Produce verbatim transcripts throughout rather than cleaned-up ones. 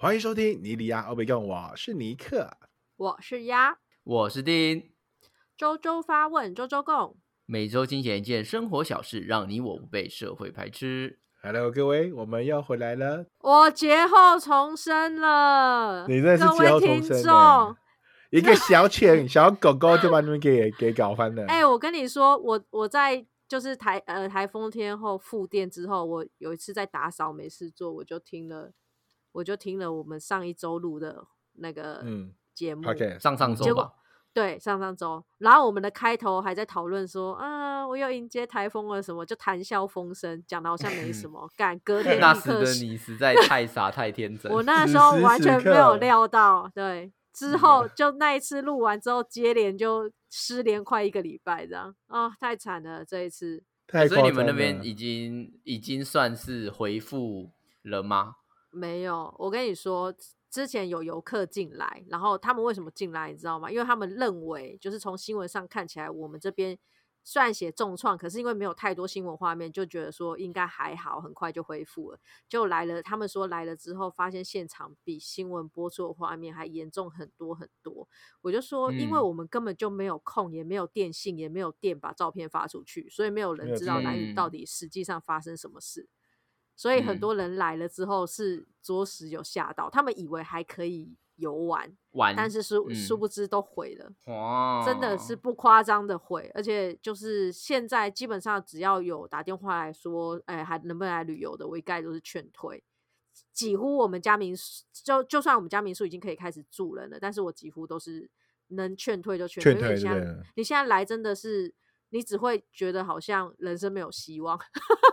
欢迎收听尼里亚欧贝贡，我是尼克， 我是鸭， 我是丁， 周周发问，周周共， 每周精简一件生活小事，让你我不被社会排斥。 Hello，各位，我们又回来了。 我劫后重生了， 你真的是劫后重生的，一个小犬小狗狗就把你们给给搞翻了。 哎、欸，我跟你说，我我在就是台呃台风天后复电之后，我有一次在打扫没事做，我就听了。我就听了我们上一周录的那个节目， 嗯、 上上周吧， 对，上上周。然后我们的开头还在讨论说，啊，我又迎接台风了什么，就谈笑风生，讲的好像没什么。干，隔天那时的你实在太傻太天真。 我那时候完全没有料到，对。之后就那一次录完之后，接连就失联快一个礼拜，这样啊、哦，太惨了这一次。 太所以你们那边已经已经算是回复了吗？ 没有，我跟你说，之前有游客进来，然后他们为什么进来，你知道吗？因为他们认为，就是从新闻上看起来，我们这边虽然写重创，可是因为没有太多新闻画面，就觉得说应该还好，很快就恢复了。就来了，他们说来了之后，发现现场比新闻播出的画面还严重很多很多。我就说，因为我们根本就没有空，也没有电信，也没有电把照片发出去，所以没有人知道兰屿到底实际上发生什么事。所以很多人来了之后是着实有吓到，他们以为还可以游玩， 玩但是殊、 嗯、 殊不知都毁了， 哇， 真的是不夸张的毁。而且就是现在基本上只要有打电话来说，哎，还能不能来旅游的，我一概都是劝退。几乎我们家民宿，就就算我们家民宿已经可以开始住人了，但是我几乎都是能劝退就劝退。 劝退， 因为你现在你现在来真的是，你只会觉得好像人生没有希望。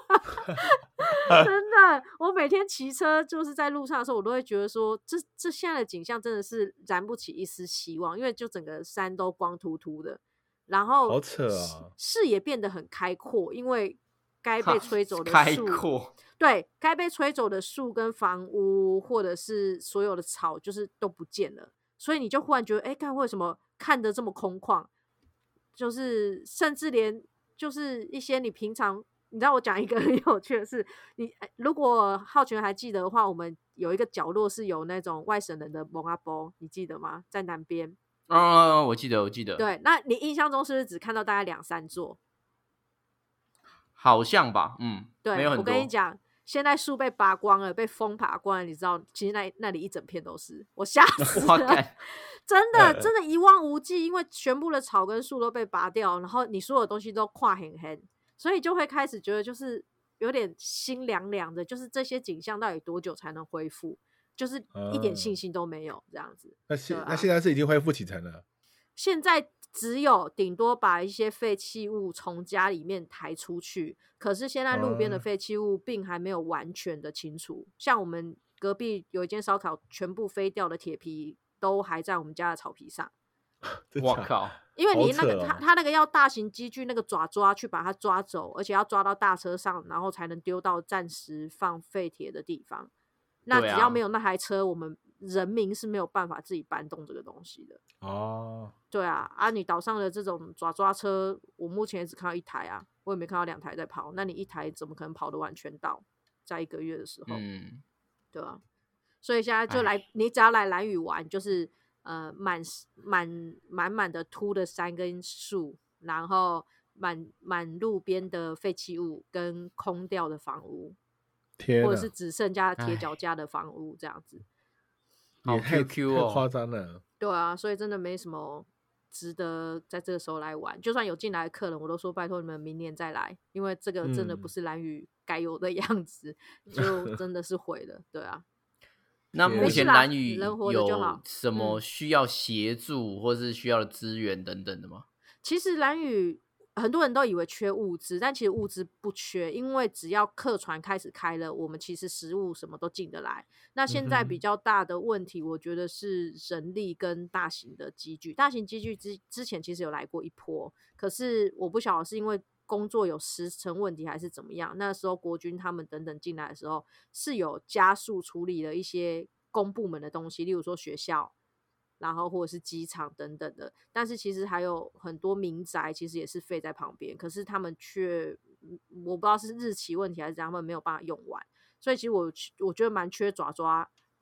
真的，我每天骑车就是在路上的时候，我都会觉得说，这这现在的景象真的是燃不起一丝希望，因为就整个山都光秃秃的，然后好扯啊， 视野变得很开阔，因为该被吹走的树， 开阔， 对，该被吹走的树跟房屋或者是所有的草，就是都不见了，所以你就忽然觉得，哎，看为什么看得这么空旷，就是甚至连就是一些你平常。你知道我讲一个很有趣的事，你如果浩全还记得的话，我们有一个角落是有那种外省人的蒙阿波，你记得吗？在南边。 哦，我记得，我记得。 对，那你印象中是不是只看到大概两三座？ 好像吧，嗯， 对， 没有很多。 我跟你讲，现在树被拔光了，被风拔光了，你知道，其实那那里一整片都是，我吓死了。真的真的一望无际，因为全部的草跟树都被拔掉，然后你所有东西都跨很很。所以就会开始觉得就是有点心凉凉的，就是这些景象到底多久才能恢复？就是一点信心都没有这样子。 那现、啊、那现在是已经恢复启程了？ 现在只有顶多把一些废弃物从家里面抬出去，可是现在路边的废弃物并还没有完全的清除。嗯、像我们隔壁有一间烧烤，全部飞掉的铁皮都还在我们家的草皮上。 我靠！ 因为你那个、 哦、 他他那个要大型机具那个爪抓去把它抓走，而且要抓到大车上，然后才能丢到暂时放废铁的地方。那只要没有那台车，啊、我们人民是没有办法自己搬动这个东西的。 哦， 对啊，啊，你岛上的这种爪抓车，我目前也只看到一台啊，我也没看到两台在跑。那你一台怎么可能跑得完全到？在一个月的时候， 嗯， 对啊。所以现在就来，你只要来兰屿玩，就是。呃，满满满满的秃的山跟树，然后满满路边的废弃物跟空掉的房屋，或者是只剩下铁脚架的房屋这样子， 好 Q Q 哦， 太夸张了。 对啊，所以真的没什么值得在这个时候来玩。就算有进来的客人，我都说拜托你们明年再来，因为这个真的不是兰屿该有的样子，嗯、就真的是毁了，对啊。 那目前兰屿有什么需要协助或是需要的资源等等的吗？ 其实兰屿很多人都以为缺物资，但其实物资不缺，因为只要客船开始开了，我们其实食物什么都进得来。那现在比较大的问题，我觉得是人力跟大型的机具。大型机具之之前其实有来过一波，可是我不晓得是因为工作有时程问题还是怎么样，那时候国军他们等等进来的时候是有加速处理了一些公部门的东西，例如说学校，然后或者是机场等等的，但是其实还有很多民宅其实也是废在旁边，可是他们却我不知道是日期问题还是他们没有办法用完，所以其实我我觉得蛮缺爪爪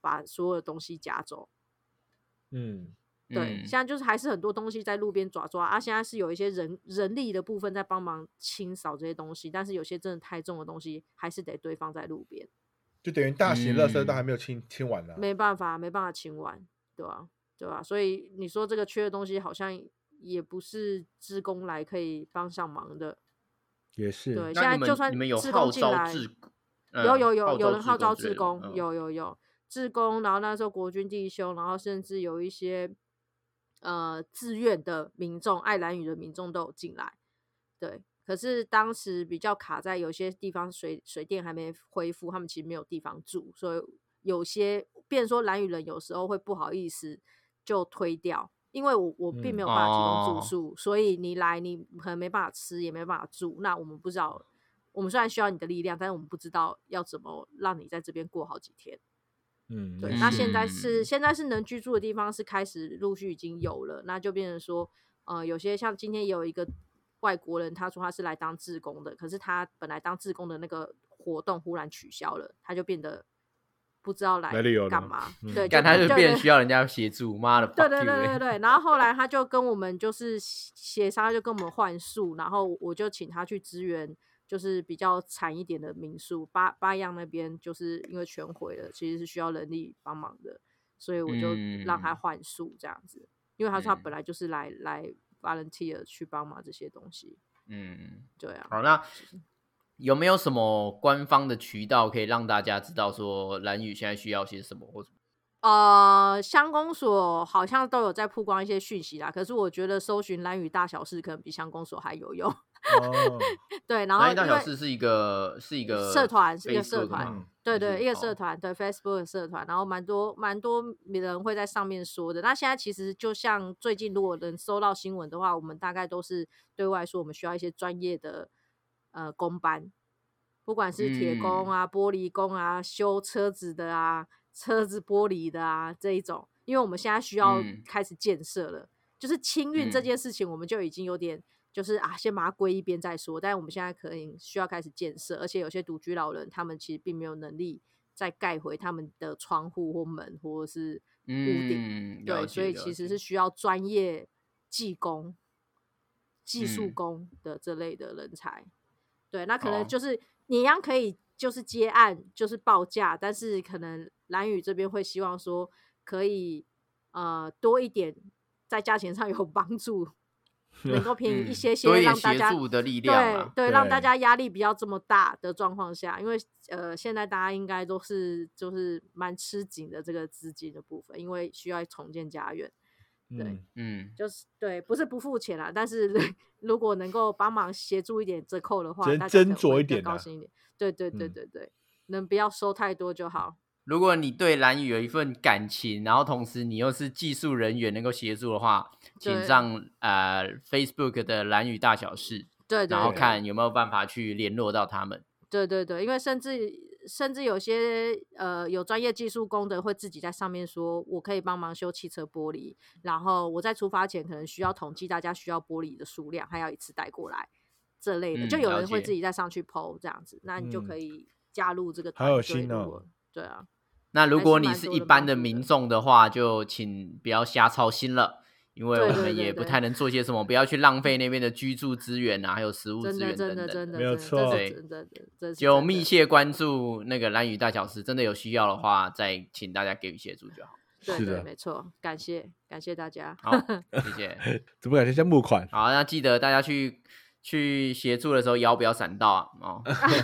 把所有的东西夹走。 嗯， 对，现在就是还是很多东西在路边抓抓啊，现在是有一些人人力的部分在帮忙清扫这些东西，但是有些真的太重的东西还是得堆放在路边， 就等于大型垃圾都还没有清、嗯、清完呢、啊， 没办法，没办法清完，对吧、啊？对吧、啊？所以你说这个缺的东西好像也不是志工来可以帮上忙的， 也是。 对，现在就算志工进来， 嗯、 有有有有人号召志工， 嗯、 有有有志工，然后那时候国军弟兄，然后甚至有一些。呃，自愿的民众、爱兰屿的民众都有进来，对。可是当时比较卡在有些地方水水电还没恢复，他们其实没有地方住，所以有些变成说兰屿人有时候会不好意思就推掉，因为我我并没有办法提供住宿，嗯、所以你来你可能没办法吃，也没办法住，那我们不知道，我们虽然需要你的力量，但是我们不知道要怎么让你在这边过好几天。 嗯， 对，那现在是现在是能居住的地方是开始陆续已经有了，那就变成说，呃，有些像今天也有一个外国人，他说他是来当志工的，可是他本来当志工的那个活动忽然取消了，他就变得不知道来干嘛， 嗯、 对， 干他就变成需要人家协助，妈的， 对对对对对，然后后来他就跟我们就是协商，就跟我们换宿，然后我就请他去支援。就是比较惨一点的民宿，八八样那边就是因为全毁了，其实是需要人力帮忙的，所以我就让他换宿这样子，嗯、因为他说他本来就是来、嗯、来 volunteer 去帮忙这些东西。嗯，对啊。 好，那有没有什么官方的渠道可以让大家知道说兰屿现在需要些什么或什么？ 呃，乡公所好像都有在曝光一些讯息啦，可是我觉得搜寻兰屿大小事可能比乡公所还有用。 哦， 对，然后兰屿大小事是一个是一个社团，是一个社团， 嗯、 对对，一个社团，对 Facebook 的社团，然后蛮多蛮多人会在上面说的。那现在其实就像最近如果能收到新闻的话，我们大概都是对外说我们需要一些专业的呃工班，不管是铁工啊、嗯、玻璃工啊、修车子的啊。车子玻璃的啊这一种，因为我们现在需要开始建设了、嗯、就是清运这件事情我们就已经有点就是啊先把它归一边再说，但是我们现在可能需要开始建设，而且有些独居老人他们其实并没有能力再盖回他们的窗户或门或者是屋顶、嗯、对，所以其实是需要专业技工技术工的这类的人才、嗯、对，那可能就是你一样可以就是接案就是报价，但是可能兰屿这边会希望说可以呃多一点在价钱上有帮助，能够便宜一些些，让大家、 嗯、协助的力量、啊、 对 对, 对，让大家压力不要这么大的状况下，因为呃现在大家应该都是就是蛮吃紧的这个资金的部分，因为需要重建家园。对，嗯，就是对，不是不付钱啦，但是如果能够帮忙协助一点折扣的话，大家可能会更高兴一点。对对对对对、嗯，能不要收太多就好。 如果你对兰屿有一份感情，然后同时你又是技术人员能够协助的话，请上呃 Facebook 的兰屿大小事， 对, 对, 对， 然后看有没有办法去联络到他们。 对对对，因为甚至甚至有些呃有专业技术工的会自己在上面说，我可以帮忙修汽车玻璃，然后我在出发前可能需要统计大家需要玻璃的数量，还要一次带过来这类的、嗯、就有人会自己再上去 po 这样子，那你就可以加入这个团队。 好有心哦。 对啊， 那如果你是一般的民众的话，就請不要瞎操心了，因为我们也不太能做些什么，不要去浪费那边的居住资源啊，还有食物资源等等。 真的真的真的没有错， 对，真的真的就密切关注那个兰屿大小事，真的有需要的话，再请大家给予协助就好。 对对，没错，感谢感谢大家。 好，谢谢。 怎么感谢像募款？ 好，那记得大家去去协助的时候腰不要闪到啊！哦，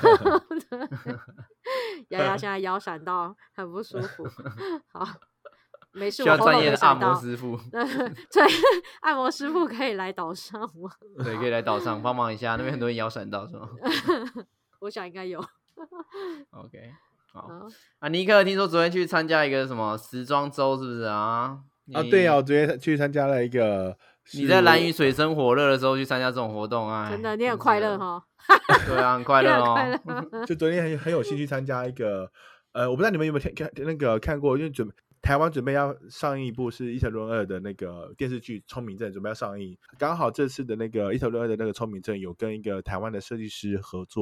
丫丫现在腰闪到很不舒服。好，没事， 需要专业的按摩师傅。 对，按摩师傅可以来岛上吗？ 对，可以来岛上帮忙一下，那边很多人腰闪到是吗？ 我想应该有。 OK， 好。好啊，尼克，听说昨天去参加一个什么时装周，是不是啊？ 啊，对啊，我昨天去参加了一个。 你在兰屿水深火热的时候去参加这种活动啊？ 真的，你很快乐哈。 对啊，很快乐哦。 就昨天很很有兴趣参加一个，呃，我不知道你们有没有看那个看过，因为准台湾准备要上映一部是伊藤润二的那个电视剧《聪明症》，准备要上映。刚好这次的那个伊藤润二的那个《聪明症》有跟一个台湾的设计师合作，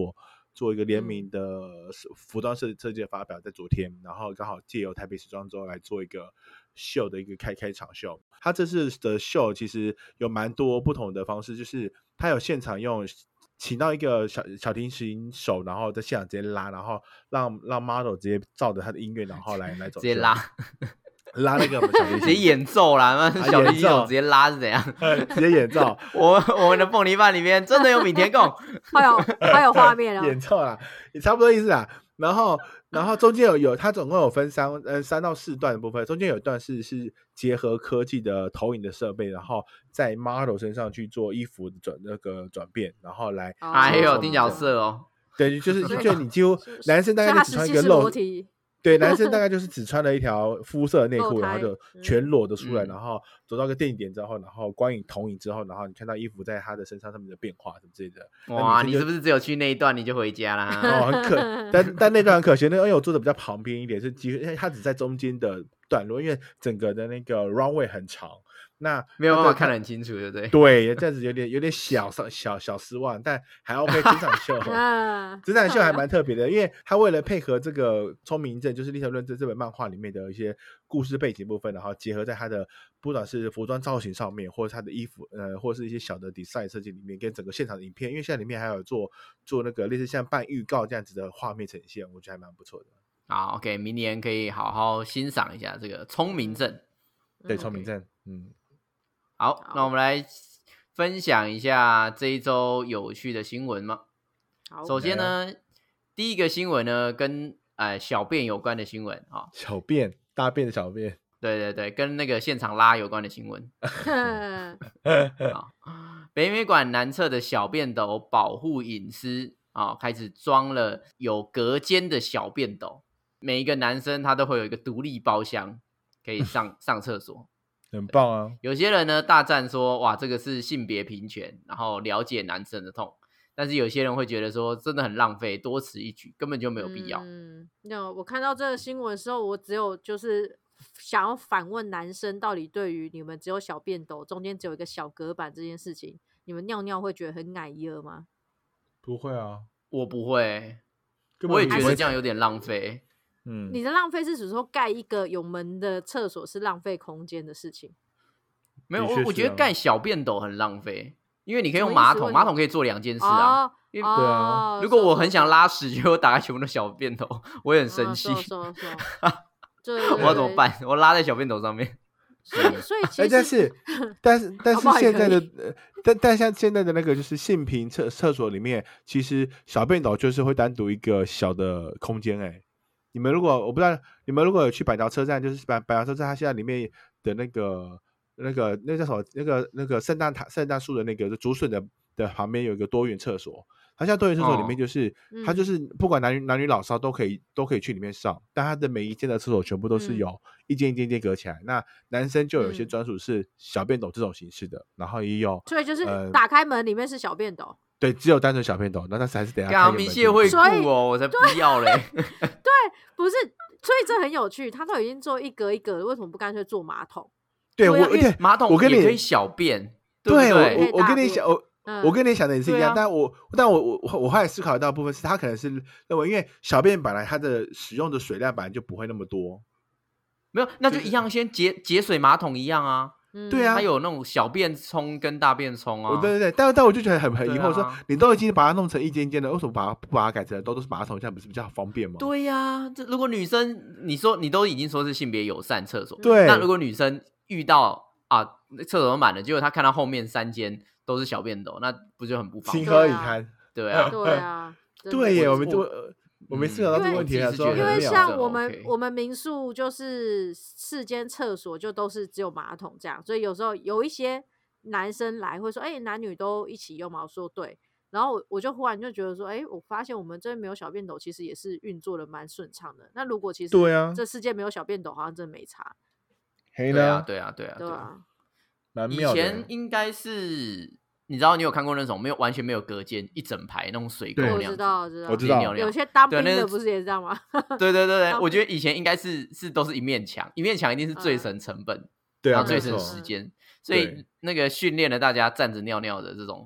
做一个联名的服装设设计的发表，在昨天，然后刚好借由台北时装周来做一个秀的一个开开场秀。他这次的秀其实有蛮多不同的方式，就是他有现场用请到一个小小提琴手，然后在现场直接拉，然后让让 model 直接照着他的音乐，然后来来走秀， 直接拉拉那个小提琴， 直接演奏啦，那小提琴手直接拉是怎样？ 直接演奏。 我我们的凤梨饭里面真的有米田共， 好有好有画面哦， 演奏啦，也差不多意思啦。然后，然后中间有有，它总共有分三呃三到四段的部分，中间有一段是是结合科技的投影的设备，然后在 model 身上去做衣服的转那个转变，然后来还有听角色哦， 对，就是就你几乎男生大概就只穿一个露体。对，男生大概就是只穿了一条肤色的内裤，然后就全裸的出来，嗯、然后走到一个定点之后，然后光影投影之后，然后你看到衣服在他的身上上面的变化什么之类的。 哇，你是不是只有去那一段你就回家啦？ 哦，很可，但但那段很可惜，那因为我坐的比较旁边一点，是几乎因为他只在中间的段落，因为整个的那个 runway 很长。那没有办法看得很清楚，对不对？ 对，这样子有点有点小小小失望，但还 OK。整场秀，整场秀还蛮特别的，因为他为了配合这个聪明症，就是《利特论》这本漫画里面的一些故事背景部分，然后结合在他的不管是服装造型上面，或者他的衣服，呃，或是一些小的 design 设计里面，跟整个现场的影片，因为现在里面还有做做那个类似像半预告这样子的画面呈现，我觉得还蛮不错的。 好 ，OK， 明年可以好好欣赏一下这个聪明症。 对，聪明症，嗯。 好，那我们来分享一下这一周有趣的新闻嘛。首先呢，第一个新闻呢，跟呃小便有关的新闻啊。 小便，大便的小便。 对对对，跟那个现场拉有关的新闻。好，北美馆南侧的小便斗保护隐私啊，开始装了有隔间的小便斗，每一个男生他都会有一个独立包厢，可以上上厕所。 很棒啊！ 有些人呢大赞说，哇，这个是性别平权，然后了解男生的痛。但是有些人会觉得说，真的很浪费，多此一举，根本就没有必要。 嗯，那我看到这个新闻的时候，我只有就是想要反问男生，到底对于你们只有小便斗，中间只有一个小隔板这件事情，你们尿尿会觉得很矮耶吗？ 不会啊， 我不会，我也觉得这样有点浪费。 嗯，你的浪费是指说盖一个有门的厕所是浪费空间的事情？ 没有，我我觉得盖小便斗很浪费，因为你可以用马桶，马桶可以做两件事啊。 哦、 因为对啊， 如果我很想拉屎，结果打开全部的小便斗，我也很生气。 哦、 我要怎么办？我拉在小便斗上面。 所以，所以其实， 但是，但是，但是现在的，呃、但但像现在的那个就是性平厕厕所里面，其实小便斗就是会单独一个小的空间、欸，哎。你们如果我不知道，你们如果有去板桥车站，就是板板桥车站，它现在里面的那个、那个、那叫什么？那个、那个圣诞塔、圣诞树的那个竹笋的的旁边有一个多元厕所。它现在多元厕所里面就是，哦、它就是不管男女男女老少都可以都可以去里面上，但它的每一间的厕所全部都是有一间一间一间隔起来。嗯、那男生就有些专属是小便斗这种形式的，然后也有， 所以就是打开门里面是小便斗。 对，只有单纯小便斗，那但是还是等一下开个门。 明谢会顾哦，我才不要嘞。 对，不是，所以这很有趣，他都已经做一格一格了，为什么不干脆做马桶？ 对，我而且马桶也可以小便，对不对？ 我我跟你想，我、嗯、我跟你想的也是一样，啊、但我但我我我后来思考到的部分是，他可能是认为，因为小便本来它的使用的水量本来就不会那么多， 没有，那就一样，先节节水马桶一样啊。 嗯、 对啊， 它有那种小便冲跟大便冲啊。 对对对，但但我就觉得很很疑惑，说、啊、你都已经把它弄成一间一间的，为什么把它不把它改成都都是马桶，这样不是比较方便吗？ 对呀、啊，这如果女生你说你都已经说是性别友善厕所， 对， 那如果女生遇到啊厕所满了，结果她看到后面三间都是小便斗，那不就很不方便？ 情何以堪？ 对啊， 对啊， 对耶，我们就。我没思考到这个问题， 因为像我们、OK、我们民宿就是四间厕所就都是只有马桶这样，所以有时候有一些男生来会说，哎、欸，男女都一起用吗？我说对，然后我我就忽然就觉得说，哎、欸，我发现我们这边没有小便斗，其实也是运作的蛮顺畅的。那如果其实对啊， 这世界没有小便斗，好像真的没差。 黑对啊，对啊，对啊， 对啊， 蛮妙的。 以前应该是。你知道你有看过那种没有完全没有隔间一整排那种水沟那样子？ 我知道，我知道， 我知道。 有些当兵的不是也是这样吗？ 对对对对，我觉得以前应该是是都是一面墙，一面墙一定是最省成本， 对啊， 最省时间，所以那个训练了大家站着尿尿的这种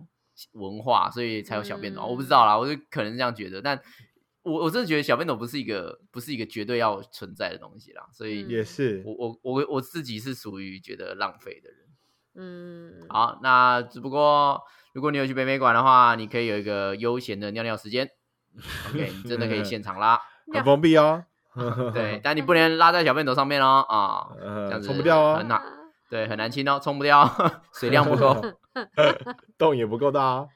文化，所以才有小便斗、 嗯、 我不知道啦，我就可能这样觉得，但我我真的觉得小便斗不是一个不是一个绝对要存在的东西啦，所以也是我我我我自己是属于觉得浪费的人。 嗯， 好，那只不过如果你有去北美馆的话，你可以有一个悠闲的尿尿时间。OK， 你真的可以现场拉， 很封闭哦。 对，但你不能拉在小便斗上面哦，啊、 呃， 这样子冲不掉哦， 很难，对，很难清哦，冲不掉，水量不够， 洞也不够大哦。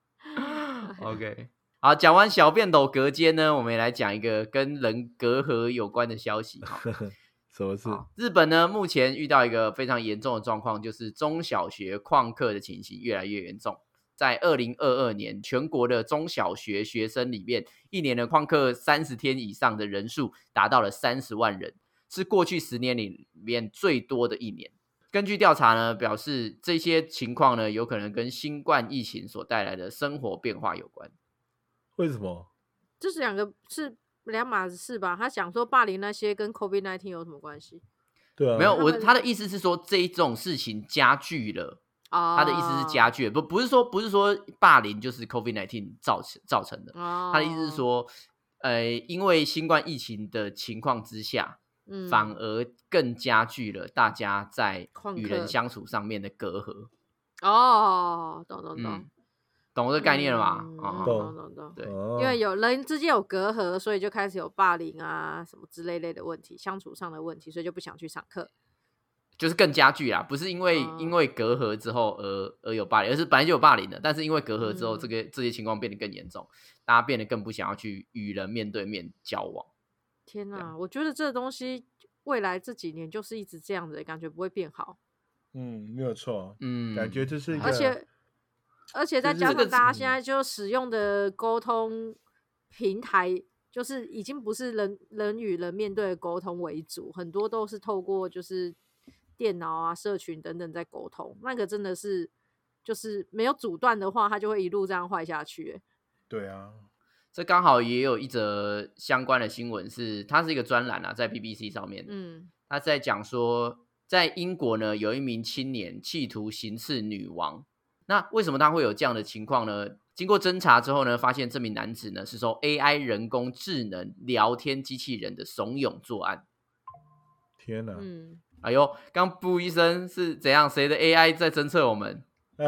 OK， 好，讲完小便斗隔间呢，我们也来讲一个跟人隔阂有关的消息哈。 什么事？ 日本呢，目前遇到一个非常严重的状况，就是中小学旷课的情形越来越严重。在二零二二年，全国的中小学学生里面，一年的旷课三十天以上的人数达到了三十万人，是过去十年里面最多的一年。根据调查呢，表示这些情况呢，有可能跟新冠疫情所带来的生活变化有关。 为什么？ 这是两个是两码子事吧？他讲说霸凌那些跟 COVID 十九 有什么关系？ 对啊， 没有，我他的意思是说这一种事情加剧了。 哦、 他的意思是加剧了，不不是说不是说霸凌就是 COVID 十九 造成造成的。 哦、 他的意思是说，呃，因为新冠疫情的情况之下。嗯、反而更加剧了大家在与人相处上面的隔阂。 哦，懂懂懂、 嗯，懂这个概念了吗？ 嗯哦、 懂懂懂， 对， 因为有人之间有隔阂，所以就开始有霸凌啊什么之类类的问题，相处上的问题，所以就不想去上课。 就是更加剧啦，不是因为、哦、因为隔阂之后而而有霸凌，而是本来就有霸凌的，但是因为隔阂之后，嗯、这个这些情况变得更严重，大家变得更不想要去与人面对面交往。 天哪，我觉得这个东西未来这几年就是一直这样子，感觉不会变好。 嗯，没有错。 嗯， 感觉这是一个， 而且而且再加上大家现在就使用的沟通平台，就是已经不是人人与人面对的沟通为主，很多都是透过就是电脑啊、社群等等在沟通。那个真的是就是没有阻断的话，它就会一路这样坏下去。 对啊。 这刚好也有一则相关的新闻是，是它是一个专栏啊，在 B B C 上面，嗯，他在讲说，在英国呢，有一名青年企图行刺女王。那为什么他会有这样的情况呢？经过侦查之后呢，发现这名男子呢是受 A I 人工智能聊天机器人的怂恿作案。 天哪！ 嗯， 哎呦，刚布医生是怎样？谁的 A I 在侦测我们？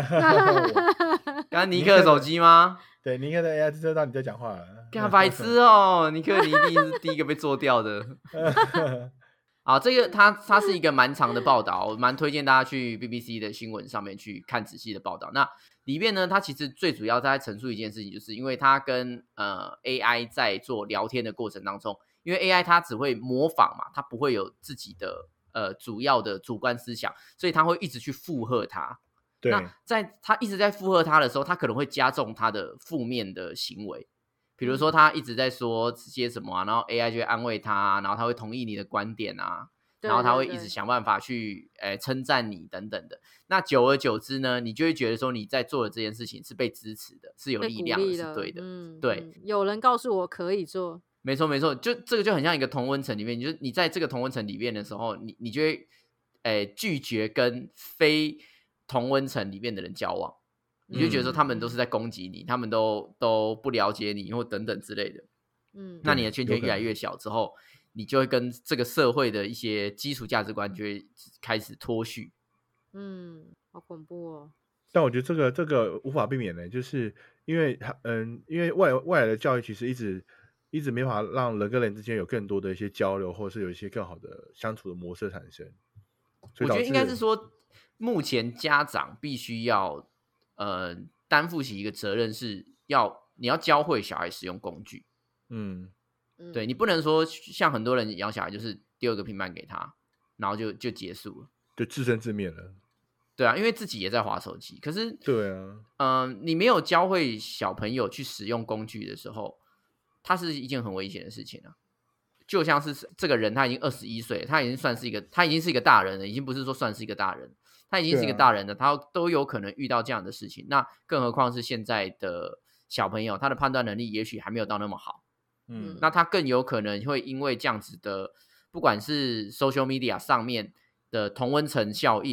刚尼克的手机吗？ 对，尼克的 A I 知道你在讲话了。 干白痴哦，尼克，你一定是第一个被做掉的。好，这个它它是一个蛮长的报道，我蛮推荐大家去 B B C 的新闻上面去看仔细的报道。那里面呢，它其实最主要在陈述一件事情，就是因为它跟呃 A I 在做聊天的过程当中，因为 A I 它只会模仿嘛，它不会有自己的呃主要的主观思想，所以它会一直去附和它。 对， 那在他一直在附和他的时候，他可能会加重他的负面的行为，比如说他一直在说些什么啊，然后 A I 就会安慰他啊，然后他会同意你的观点啊， 对对对， 然后他会一直想办法去诶称赞你等等的。那久而久之呢，你就会觉得说你在做的这件事情是被支持的，是有力量的，是对的。 嗯， 对、 嗯，有人告诉我可以做， 没错没错，就这个就很像一个同温层里面，就是你在这个同温层里面的时候，你你就会诶拒绝跟非同温层里面的人交往，你就觉得说他们都是在攻击你，嗯、他们都都不了解你或等等之类的。嗯，那你的圈圈越来越小之后，你就会跟这个社会的一些基础价值观就会开始脱序。 嗯，好恐怖哦。 但我觉得这个这个无法避免的，就是因为嗯，因为外外来的教育其实一直一直没法让人跟人之间有更多的一些交流，或是有一些更好的相处的模式产生。 我觉得应该是说，目前家长必须要呃担负起一个责任，是要你要教会小孩使用工具。嗯，对，你不能说像很多人养小孩就是丢一个平板给他，然后就就结束了， 就自生自灭了。 对啊，因为自己也在滑手机。可是对啊， 嗯、呃，你没有教会小朋友去使用工具的时候，它是一件很危险的事情啊。就像是这个人他已经二十一岁，他已经算是一个他已经是一个大人了，已经不是说算是一个大人，他已经是一个大人了，他都有可能遇到这样的事情。那更何况是现在的小朋友，他的判断能力也许还没有到那么好。嗯，那他更有可能会因为这样子的，不管是 social media 上面的同温层效应，然后他会一直想办法去诶、称赞你等等的，那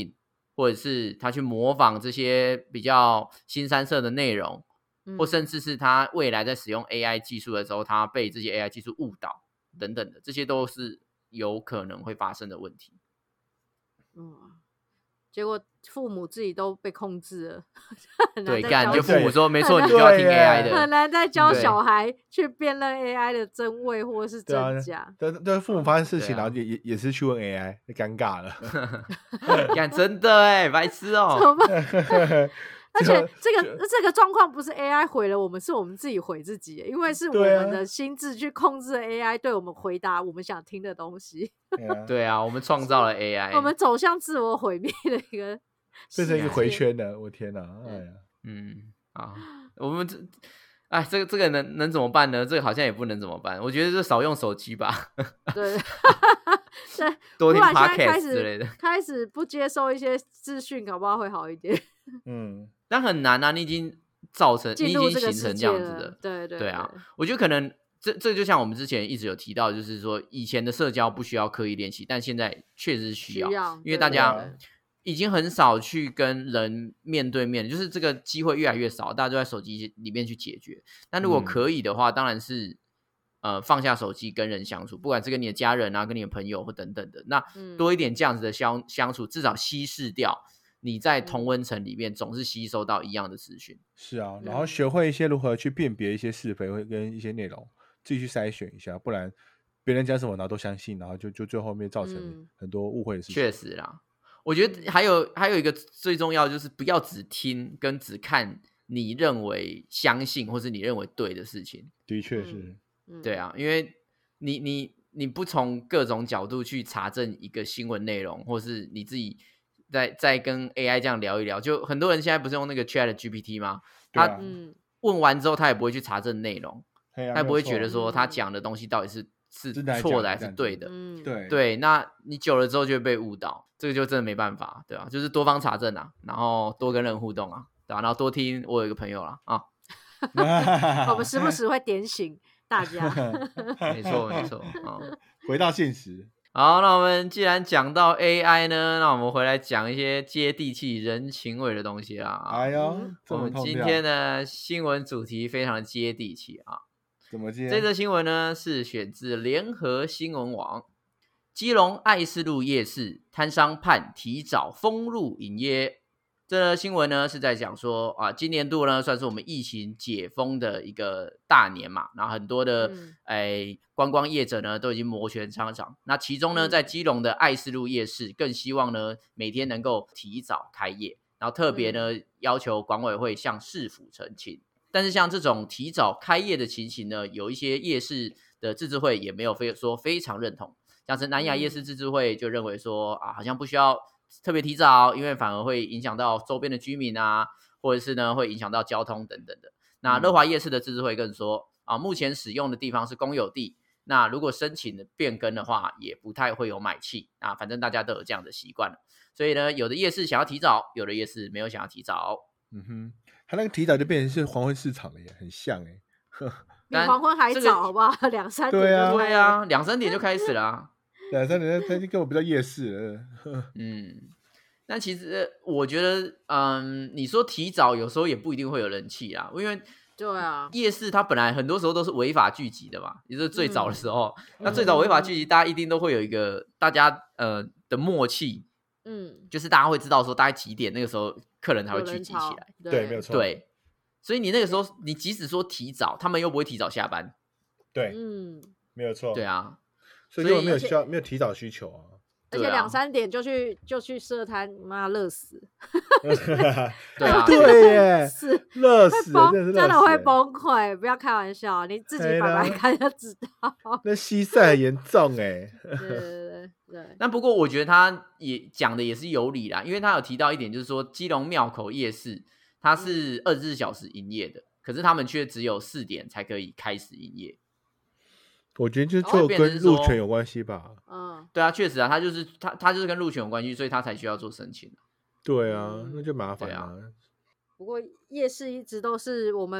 或者是他去模仿这些比较新三色的内容， 嗯或甚至是他未来在使用 A I 技术的时候，他被这些 A I 技术误导等等的，这些都是有可能会发生的问题。 嗯，结果父母自己都被控制了， 对，干就父母说没错，你就要听 A I 的， 很难再教小孩去辨认 A I 的真伪或是真假。 对，对，父母发生事情，然后也也也是去问 A I， 尴尬了。 干真的哎，白痴哦。 怎么办？而且这个这个状况不是 A I 毁了我们，是我们自己毁自己，因为是我们的心智去控制 A I 对我们回答我们想听的东西。 对啊，我们创造了 A I， 我们走向自我毁灭的一个， 变成一个回圈了。我天哪！哎呀， 嗯啊，我们这。哎，这个这个能能怎么办呢？这个好像也不能怎么办。我觉得就少用手机吧。 对，对， 多听 podcast 之之类的。 开始不接受一些资讯，搞不好会好一点。 嗯， 但很难啊，你已经造成，你已经形成这样子的，对对对啊。我觉得可能这这就像我们之前一直有提到，就是说以前的社交不需要刻意练习，但现在确实需要， 需要因为大家已经很少去跟人面对面，就是这个机会越来越少，大家都在手机里面去解决。但如果可以的话，嗯、当然是呃放下手机跟人相处，不管是跟你的家人啊、跟你的朋友或等等的，那多一点这样子的相相处，至少稀释掉你在同温层里面总是吸收到一样的资讯。 是啊，然后学会一些如何去辨别一些是非跟一些内容，自己去筛选一下，不然别人讲什么然后都相信，然后就就最后面造成很多误会的事情。 确、嗯、实啦。我觉得还有还有一个最重要，就是不要只听跟只看你认为相信或是你认为对的事情。 的确是、 嗯、 对啊，因为你你你不从各种角度去查证一个新闻内容，或是你自己在在跟 A I 这样聊一聊，就很多人现在不是用那个 Chat G P T 吗？他问完之后他也不会去查证内容、啊、他也不会觉得说他讲的东西到底是是错的还是对的。 嗯、 对对，那你久了之后就会被误导，这个就真的没办法，对吧、啊？就是多方查证啊，然后多跟人互动啊，对吧、啊？然后多听我有一个朋友啦啊， 我们时不时会点醒大家。 没错没错、哦、 回到现实。 好，那我们既然讲到 A I 呢，那我们回来讲一些接地气人情味的东西啦。 哎呦， 我们今天的新闻主题非常的接地气啊。 怎么接？ 这则新闻呢是选自联合新闻网，基隆爱市路夜市摊商判提早封路营业。这则新闻呢是在讲说啊，今年度呢算是我们疫情解封的一个大年嘛，然后很多的、嗯哎、观光业者呢都已经摩拳擦掌。那其中呢，在基隆的爱市路夜市更希望呢每天能够提早开业，然后特别呢、嗯、要求管委会向市府澄清。但是像这种提早开业的情形呢，有一些夜市的自治会也没有非说非常认同，像是南雅夜市自治会就认为说啊，好像不需要特别提早，因为反而会影响到周边的居民啊，或者是呢会影响到交通等等的。那乐华夜市的自治会更说啊，目前使用的地方是公有地，那如果申请变更的话，也不太会有买气啊，反正大家都有这样的习惯了。所以呢，有的夜市想要提早，有的夜市没有想要提早。 嗯哼。他那个提早就变成是黄昏市场了耶，很像哎， 比黄昏还早好不好？两三点就对啊， 对啊，两三点就开始了、啊， 两三点他就跟我比较夜市了。 嗯，但其实我觉得，嗯，你说提早有时候也不一定会有人气啦，因为对啊， 夜市它本来很多时候都是违法聚集的嘛，也就是最早的时候，嗯、那最早违法聚集，大家一定都会有一个大家呃的默契。嗯，就是大家会知道说大概几点那个时候客人才会聚集起来， 对， 对，没有错， 对，所以你那个时候你即使说提早，他们又不会提早下班， 对，嗯，没有错， 对啊， 所以根本没有需要没有提早需求啊， 而且两三点就去就去设摊，妈热死， 对啊， 对耶， 是热死， 真的会崩溃，不要开玩笑，你自己摆摆看就知道， 那西晒很严重哎， 对对对。对， 但不过我觉得他也讲的也是有理啦，因为他有提到一点，就是说基隆庙口夜市它是二十四小时营业的，可是他们却只有四点才可以开始营业。 我觉得就就跟路权有关系吧。 嗯， 对啊，确实啊，他就是他他就是跟路权有关系，所以他才需要做申请。 对啊，那就麻烦啊。 不过夜市一直都是我们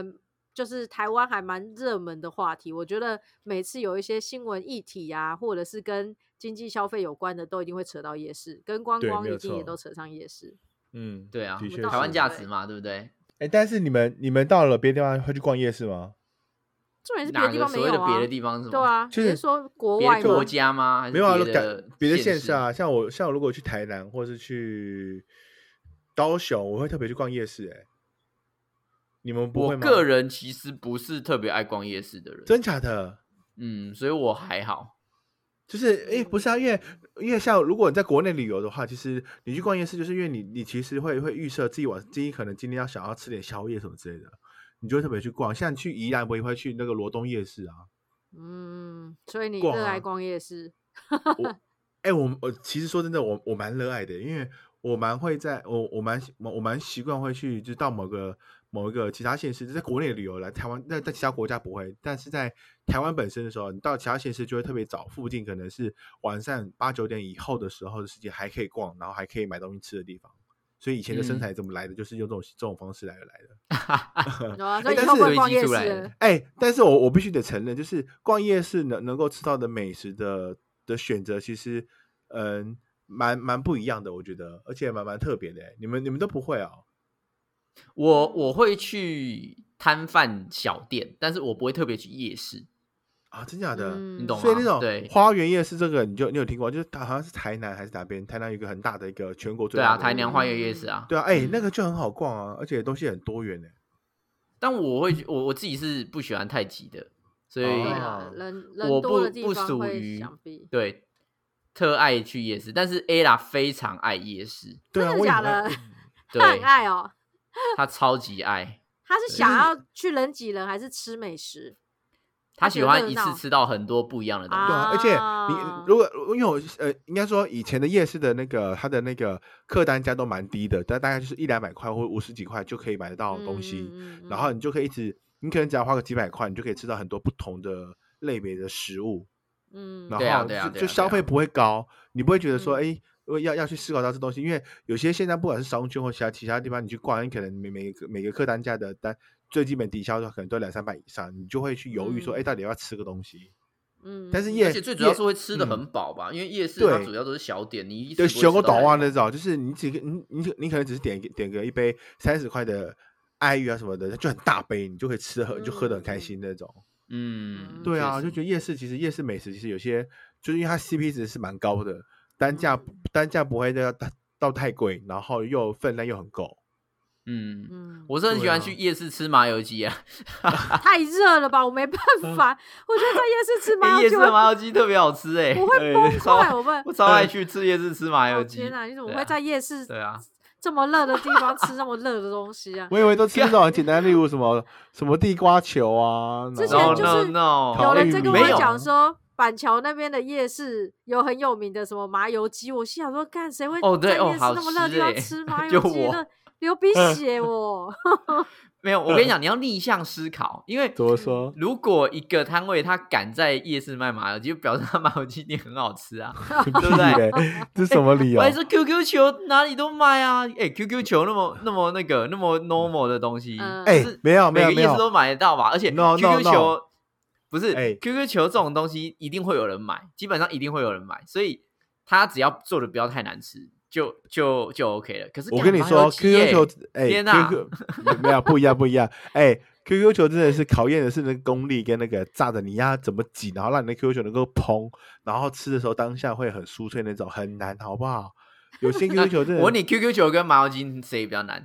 就是台湾还蛮热门的话题。我觉得每次有一些新闻议题啊，或者是跟经济消费有关的，都一定会扯到夜市，跟观光一定也都扯上夜市。 嗯， 对啊， 的确台湾是价值嘛，对不对？ 哎，但是你们你们到了别的地方会去逛夜市吗？ 重点是别的地方没有啊。 哪个所谓的别的地方是什么？ 对啊， 就是你是说国外吗？ 别的国家吗？还是没有啊， 别的别的县县市啊，像我像我如果去台南或是去高雄，我会特别去逛夜市。哎，你们不会吗？ 我个人其实不是特别爱逛夜市的人， 真假的？ 嗯，所以我还好。 就是哎，不是啊，因为因为像如果你在国内旅游的话，其实你去逛夜市，就是因为你你其实会会预设自己晚自己可能今天要想要吃点宵夜什么之类的，你就会特别去逛。像去宜兰，我也会去那个罗东夜市啊。 嗯，所以你逛啊热爱逛夜市？ 我哎、欸，我我其实说真的，我我蛮热爱的，因为我蛮会在我我蛮我蛮习惯会去，就是到某个某一个其他县市，就在国内旅游来台湾，在在其他国家不会，但是在台湾本身的时候，你到其他县市就会特别早，附近可能是晚上八九点以后的时候的时间还可以逛，然后还可以买东西吃的地方。所以以前的身材怎么来的，嗯、就是用这种这种方式来而来的。 有啊，所以以后会逛夜市。 哎、欸，但是我我必须得承认，就是逛夜市能能够吃到的美食的的选择，其实嗯蛮蛮不一样的，我觉得，而且蛮蛮特别的。你们你们都不会哦？ 我我会去摊贩小店，但是我不会特别去夜市。 啊，真假的？ 嗯、 你懂吗？ 所以那种对花园夜市，这个你就你有听过？就是好像是台南还是哪边？台南有一个很大的一个全国最大的。 对啊，台南花园夜市啊。 对啊，哎、欸嗯，那个就很好逛啊，而且东西很多元哎。 但我会我我自己是不喜欢太挤的，所以人我不人不属于对特爱去夜市，但是 Ella 非常爱夜市。 对啊， 真的假的？ 对， 他很爱哦， 他超级爱。 他是想要去人挤人，还是吃美食？ 他喜欢一次吃到很多不一样的东西。 对啊，而且你如果因为我呃，应该说以前的夜市的那个它的那个客单价都蛮低的，但大概就是一两百块或五十几块就可以买得到东西，嗯嗯嗯，然后你就可以一直，你可能只要花个几百块，你就可以吃到很多不同的类别的食物。嗯，然后就、啊啊啊、就消费不会高，你不会觉得说，哎、嗯，要要去思考到这东西，因为有些现在不管是商圈或其他其他地方，你去逛，你可能每每个每个客单价的单最基本抵消的可能都两三百以上，你就会去犹豫说，哎、嗯，到底要不要吃个东西？嗯，但是夜而且最主要是会吃的很饱吧、嗯，因为夜市它主要都是小点，你一对小个短袜那种，就是你几个你你你可能只是点点个一杯三十块的爱玉啊什么的，就很大杯，你就可以吃喝、嗯、就喝得很开心那种。嗯，对啊，就觉得夜市其实夜市美食其实有些就是因为它 C P 值是蛮高的，单价、嗯、单价不会到到太贵，然后又分量又很够。 嗯嗯，我是很喜欢去夜市吃麻油鸡啊， 太热了吧，我没办法。我觉得在夜市吃麻油鸡， 夜市的麻油鸡特别好吃哎、欸， 我会崩溃，我会我超爱去吃夜市吃麻油鸡。 天哪，你怎么会在夜市？ 对啊。 这么热的地方吃这么热的东西啊！ 我以为都吃那种很简单，例如什么什么地瓜球啊。 之前就是有人在跟我讲说，板桥那边的夜市有很有名的什么麻油鸡，我心想说，干谁会在夜市那么热的地方吃麻油鸡呢？流鼻血我。 没有，我跟你讲，你要逆向思考，因为怎么说？ 如果一个摊位他敢在夜市卖麻油鸡，就表示他麻油鸡一定很好吃啊，对不对？ 这什么理由？ 还是 Q Q 球哪里都卖啊？哎、欸、，Q Q 球那么那么那个那么 normal 的东西， 哎、嗯，没有没有每个夜市都买得到吧？而且 Q Q 球 no, no, no. 不是、欸、Q Q 球这种东西一定会有人买，基本上一定会有人买，所以他只要做的不要太难吃。就就就 OK 了，可是我跟你说 ，Q Q 球，哎、欸，天哪 ，Q Q 没有不一样不一样，哎、欸、，Q Q 球真的是考验的是那个功力跟那个炸的你要怎么挤，然后让你的 Q Q 球能够蓬，然后吃的时候当下会很酥脆那种，很难，好不好？有些 Q Q 球真的， 我问你 ，Q Q 球跟麻油鸡谁比较难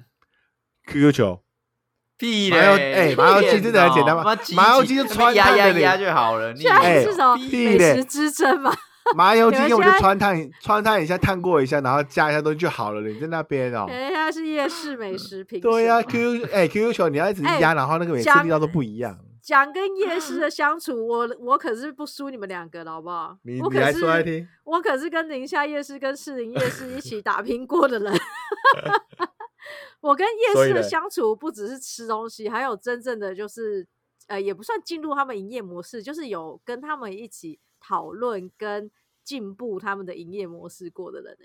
？Q Q 球， 屁嘞！哎、欸，麻油鸡真的很简单吗？麻油鸡就穿压压压就好了， 你哎，是什么美食之争吗？ 麻油鸡我就穿烫穿烫一下，烫过一下，然后加一下东西就好了。你在那边哦， 人家是夜市美食品。 对呀、啊、，Q Q 哎 ，Q Q 球你要一直压、欸，然后那个每次力道都不一样。 讲跟夜市的相处，我我可是不输你们两个的，好不好？ 你我可是你来说来听， 我可是跟宁夏夜市跟士林夜市一起打拼过的人。我跟夜市的相处不只是吃东西，还有真正的就是呃，也不算进入他们营业模式，就是有跟他们一起讨论跟进步他们的营业模式过的人、欸、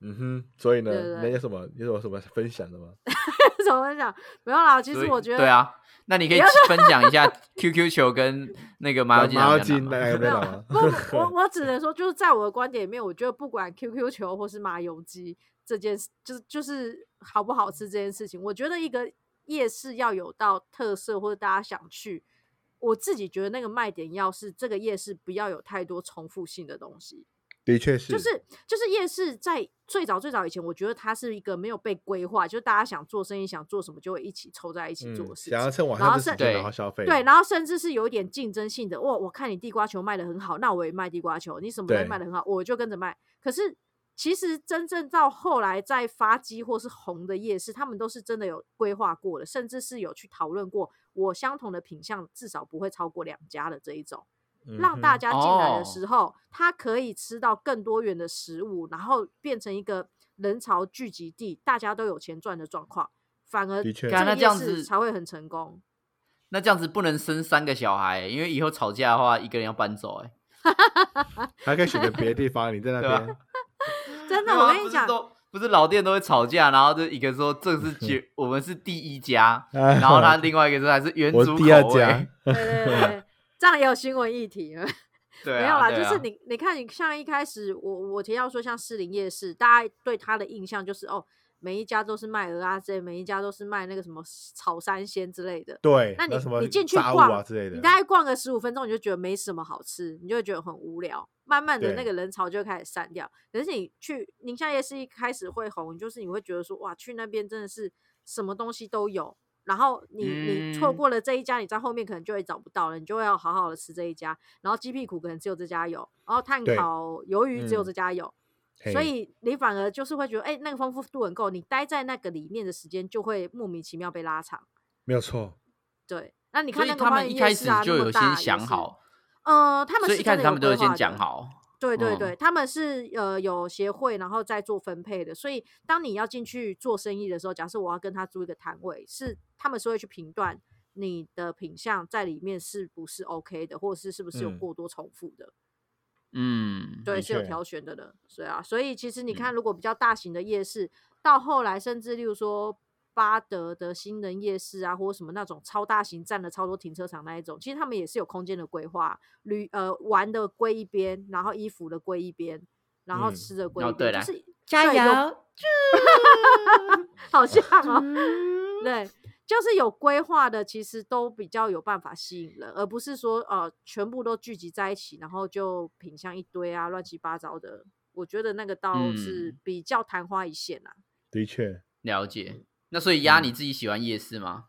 嗯哼，所以呢， 对对对那有什么有什么什么分享的吗？ 怎么分享？没有啦，其实我觉得对啊，那你可以分享一下 Q Q 球跟那个麻油鸡麻油鸡哪哪个比较难吗？ 不，我我只能说，就是在我的观点里面，我觉得不管 Q Q 球或是麻油鸡这件事，就是就是好不好吃这件事情，我觉得一个夜市要有到特色或者大家想去，我自己觉得那个卖点要是这个夜市不要有太多重复性的东西。 的确是， 就是就是夜市在最早最早以前，我觉得它是一个没有被规划，就是大家想做生意想做什么就会一起凑在一起做的事情， 嗯、想要趁晚上的时间然后消费， 对，然后甚至是有一点竞争性的。哇，我看你地瓜球卖得很好，那我也卖地瓜球，你什么东西卖得很好，我就跟着卖。可是其实真正到后来在发迹或是红的夜市，他们都是真的有规划过的，甚至是有去讨论过，我相同的品项至少不会超过两家的这一种。让大家进来的时候、哦、他可以吃到更多元的食物，然后变成一个人潮聚集地，大家都有钱赚的状况，反而这个夜市才会很成功。 那这样子不能生三个小孩，因为以后吵架的话一个人要搬走，哎， 还可以选择别的地方，你在那边真的，我跟你讲， 不是老店都会吵架，然后就一个说这是绝我们是第一家，然后他另外一个说还是原主口味， 我第二家， 对对对，这样也有新闻议题了。 对、啊， 没有啦， 啊、 就是你你看，你像一开始我我提到说像士林夜市，大家对他的印象就是哦，每一家都是卖蚵仔煎，每一家都是卖那个什么炒三鲜之类的。 对， 那你那你进去逛、 啊、之类的， 你大概逛个十五分钟，你就觉得没什么好吃，你就会觉得很无聊。慢慢的那个人潮就会开始散掉。可是你去宁夏夜市一开始会红，就是你会觉得说哇，去那边真的是什么东西都有。然后你你错过了这一家，你在后面可能就会找不到了，你就会要好好的吃这一家。然后鸡屁股可能只有这家有，然后炭烤鱿鱼只有这家有，嗯、所以你反而就是会觉得，哎、欸，那个丰富度很够，你待在那个里面的时间就会莫名其妙被拉长。 没有错。 对，那你看那个、 啊、他们一开始就有先想好， 呃，他们是所以一开始他们都有先讲好。 对对对，嗯、他们是呃有协会，然后再做分配的。所以当你要进去做生意的时候，假设我要跟他租一个摊位，是他们是会去评断你的品项在里面是不是 OK 的，或者是是不是有过多重复的。 嗯， 对，是有挑选的的。所以啊，所以其实你看，如果比较大型的夜市，嗯、到后来甚至例如说巴德的新人夜市啊，或者什么那种超大型占了超多停车场那一种，其实他们也是有空间的规划，旅呃玩的归一边，然后衣服的归一边，然后吃的归一边，嗯、就是加油， 好像哦，对，就是有规划的，其实都比较有办法吸引人，而不是说呃全部都聚集在一起，然后就品相一堆啊，乱七八糟的。我觉得那个倒是比较昙花一现啊。 的确， 了解。那所以鸭你自己喜欢夜市吗？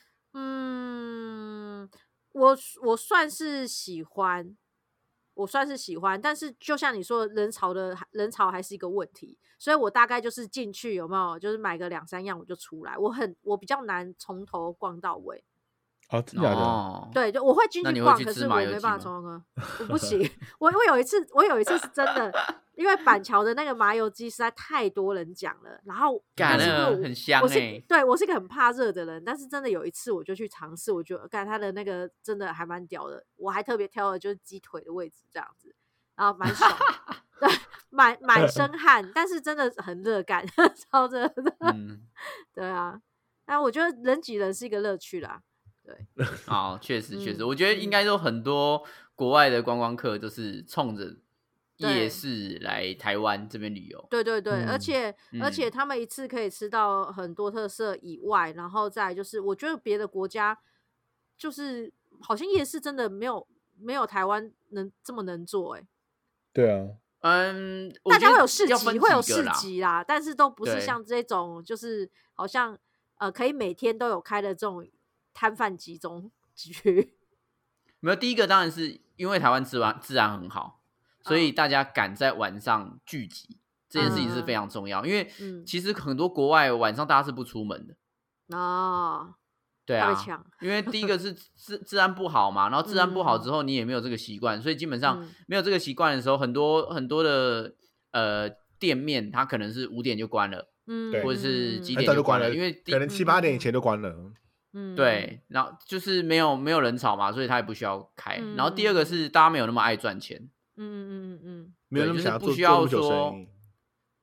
嗯，我我算是喜欢，我算是喜欢，但是就像你说，人潮的人潮还是一个问题，所以我大概就是进去有没有，就是买个两三样我就出来，我很我比较难从头逛到尾。 哦，真的假的？ 哦， 对，就我会进去逛，可是我没办法从头逛，我不行。我我有一次，我有一次是真的，因为板桥的那个麻油鸡实在太多人讲了，然后干了很香哎、 欸。对，我是一个很怕热的人，但是真的有一次我就去尝试，我觉得干它的那个真的还蛮屌的，我还特别挑了就是鸡腿的位置这样子，然后蛮爽，对，满满身汗，但是真的很热干，超热的。嗯，对啊，但我觉得人挤人是一个乐趣啦。对， 好，确实确实，我觉得应该说很多国外的观光客都是冲着夜市来台湾这边旅游。 对对对，嗯、而且、嗯、而且他们一次可以吃到很多特色以外，然后再来就是我觉得别的国家就是好像夜市真的没有没有台湾能这么能做哎、欸。 对啊， 嗯， 大家会有市集，会有市集啦，但是都不是像这种就是好像呃可以每天都有开的这种。摊贩集中区， 没有第一个当然是因为台湾治安治安很好，所以大家赶在晚上聚集、嗯、这件事情是非常重要。因为其实很多国外晚上大家是不出门的哦， 对啊，因为第一个是治治安不好嘛，然后治安不好之后你也没有这个习惯、嗯，所以基本上没有这个习惯的时候，很多很多的呃店面它可能是五点就关了，嗯，或者是几点就关了，因为可能七八点以前就关了。 嗯， 对，然后就是没有没有人潮嘛，所以他也不需要开、嗯。然后第二个是大家没有那么爱赚钱， 嗯嗯嗯嗯， 没有那么想要做就是不需要做那么久生意。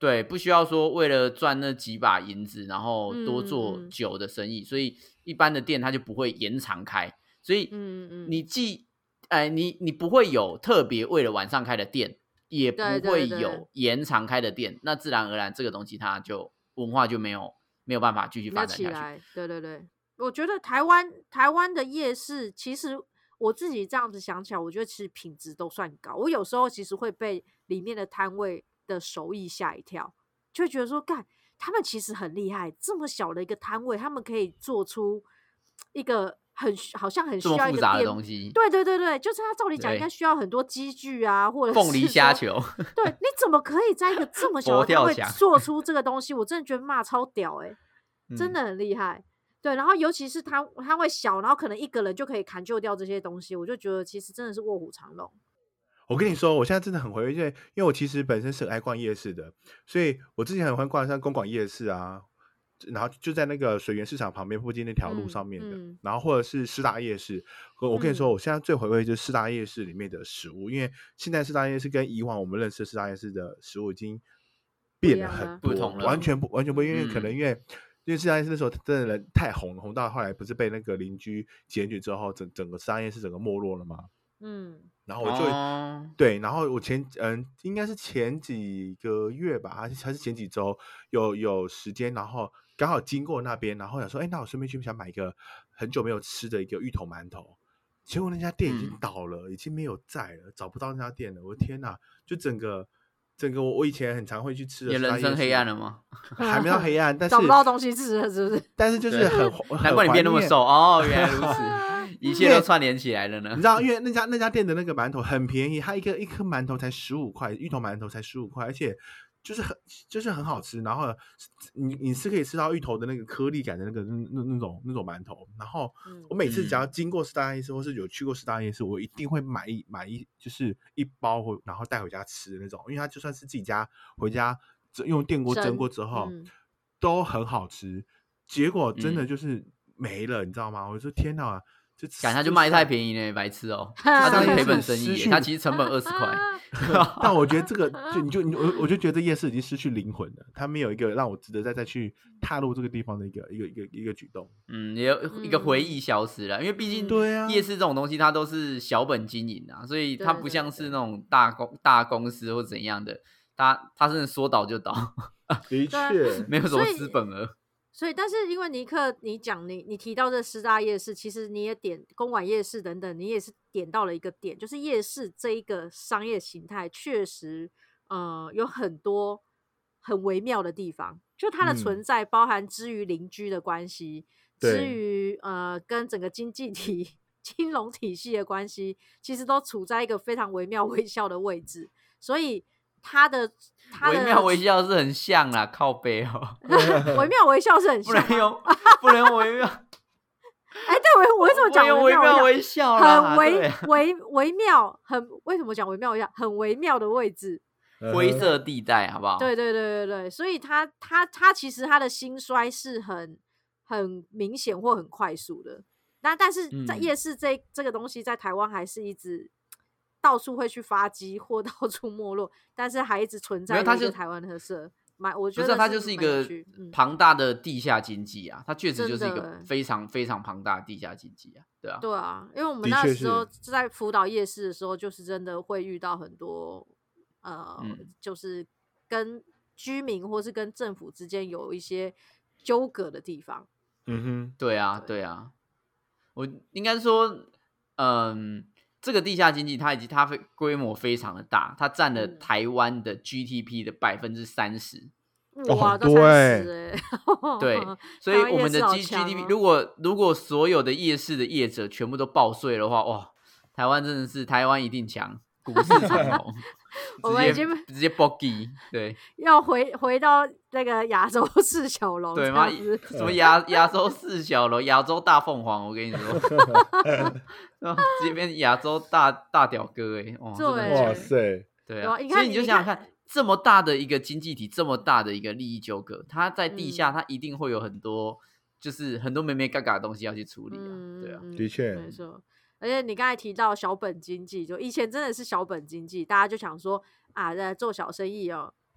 对，不需要说为了赚那几把银子，然后多做嗯酒的生意，所以一般的店它就不会延长开。所以嗯你既哎，你你不会有特别为了晚上开的店，也不对对会对有延长开的店，那自然而然这个东西它就文化就没有没有办法继续没发展下去。 有起来，对对对，我觉得台湾台湾的夜市，其实我自己这样子想起来，我觉得其实品质都算高。我有时候其实会被里面的摊位的手艺吓一跳，就会觉得说，干，他们其实很厉害，这么小的一个摊位，他们可以做出一个很好像很需这么复杂的要一个店东西， 对对对对，就是他照理讲应该对需要很多机具啊，或者凤梨是虾说球， 对，你怎么可以在一个这么小的摊位佛跳墙做出这个东西？我真的觉得骂超屌哎、真嗯的很厉害。对，然后尤其是他他会小，然后可能一个人就可以砍就掉这些东西，我就觉得其实真的是卧虎藏龙。 我跟你说，我现在真的很回味，因为因为我其实本身是很爱逛夜市的，所以我之前很欢逛像公馆夜市啊，然后就在那个水源市场旁边附近那条路上面的， 嗯嗯然后或者是师大夜市。我我跟你说， 嗯我现在最回味就是师大夜市里面的食物，因为现在师大夜市跟以往我们认识的师大夜市的食物已经变了很多， 不同了完全不完全不一样，因为可能嗯因为。因为师大夜市那时候真的人太红了，红到后来不是被那个邻居检举之后，整整个师大夜市整个没落了吗？ 嗯然后我就、 哦对，然后我前嗯应该是前几个月吧，还是还是前几周有有时间，然后刚好经过那边，然后想说，哎，那我顺便去想买一个很久没有吃的一个芋头馒头，结果那家店已经嗯倒了，已经没有在了，找不到那家店了。我的天哪！就整个整个我我以前很常会去吃的也人生黑暗了吗？ 还没到黑暗，但是找不到东西吃了，是不是？ 但是就是对很很难怪你变那么怀念瘦哦，原来如此，一切都串联起来了呢你知。道，因为那家那家店的那个馒头很便宜，它一个一颗馒头才十五块，芋头馒头才十五块，而且就是很就是很好吃。然后你你是可以吃到芋头的那个颗粒感的那个那那那种那种馒头。然后嗯我每次只要嗯经过师大夜市，或是有去过师大夜市，我一定会买一买一就是一包，然后带回家吃的那种。因为它就算是自己家回家用电锅蒸过之后， 嗯都很好吃。结果真的嗯就是没了，你知道吗？我说天哪！就感他就卖太便宜呢，白痴哦！他真是赔本生意耶，他其实成本二十块。 但我觉得这个就你就你我我就觉得夜市已经失去灵魂了，它没有一个让我值得再再去踏入这个地方的一个一个一个一个举动。 嗯，也有一个回忆消失了，因为毕竟对啊夜市这种东西它都是小本经营啊，所以它对对不像对是那种大公大公司或怎样的，它它真的说倒就倒， 的对啊确， 没有什么所以资本额。 所以，但是因为尼克，你讲你你提到这师大夜市，其实你也点公馆夜市等等，你也是点到了一个点，就是夜市这一个商业形态确实，呃，有很多很微妙的地方。就它的嗯存在，包含之于邻居的关系， 对之于呃跟整个经济体、金融体系的关系，其实都处在一个非常惟妙惟肖的位置。所以它的它的惟妙惟肖是很像啦，靠背哦， 惟妙惟肖是很不像吗， 能用不能用惟妙， 哎，对我我为什么讲用惟惟妙惟妙惟肖肖？ 啦， 很微对啊微微妙，很为什么讲惟妙惟肖？很微妙的位置。 灰色地带，好不好？ 对对对对对，所以他他他其实他的兴衰是很很明显或很快速的。那但是在嗯夜市这、这个东西，在台湾还是一直到处会去发迹或到处没落，但是还一直存在没有它就一个台湾特色。蛮我觉不是， 得它就是一蛮有个趣嗯庞大的地下经济啊，它确实就是一个真的非常非常庞大的地下经济啊，对啊， 对啊，因为我们的确那时候是在辅导夜市的时候，就是真的会遇到很多呃， 嗯就是跟居民或是跟政府之间有一些纠葛的地方。 嗯哼， 对啊， 对对啊，我应该说，嗯，这个地下经济它以及它非规模非常的大，它占了嗯台湾的 G D P 的百分之三十。 哇， 哦都三十哎， 对，所以我们的 G 台湾夜市好 G D P 强哦如果如果所有的夜市的业者全部都报税的话，哇，台湾真的是台湾一定强，股市长红， 我们已直接经直接 bogey， 对要回回到那个亚洲四小龙对吗？ 这样子什么亚亚洲四小龙、亚洲大凤凰，我跟你说，然后直接变亚洲大大屌哥哎，哇，真的很对强哇塞， 对啊， 对啊你看所以你就你看想想看，这么大的一个经济体，这么大的一个利益纠葛，它在地下， 嗯它一定会有很多，就是很多眉眉嘎嘎的东西要去处理啊， 嗯对啊， 嗯的确没错。而且你刚才提到小本经济，就以前真的是小本经济，大家就想说啊，在做小生意哦，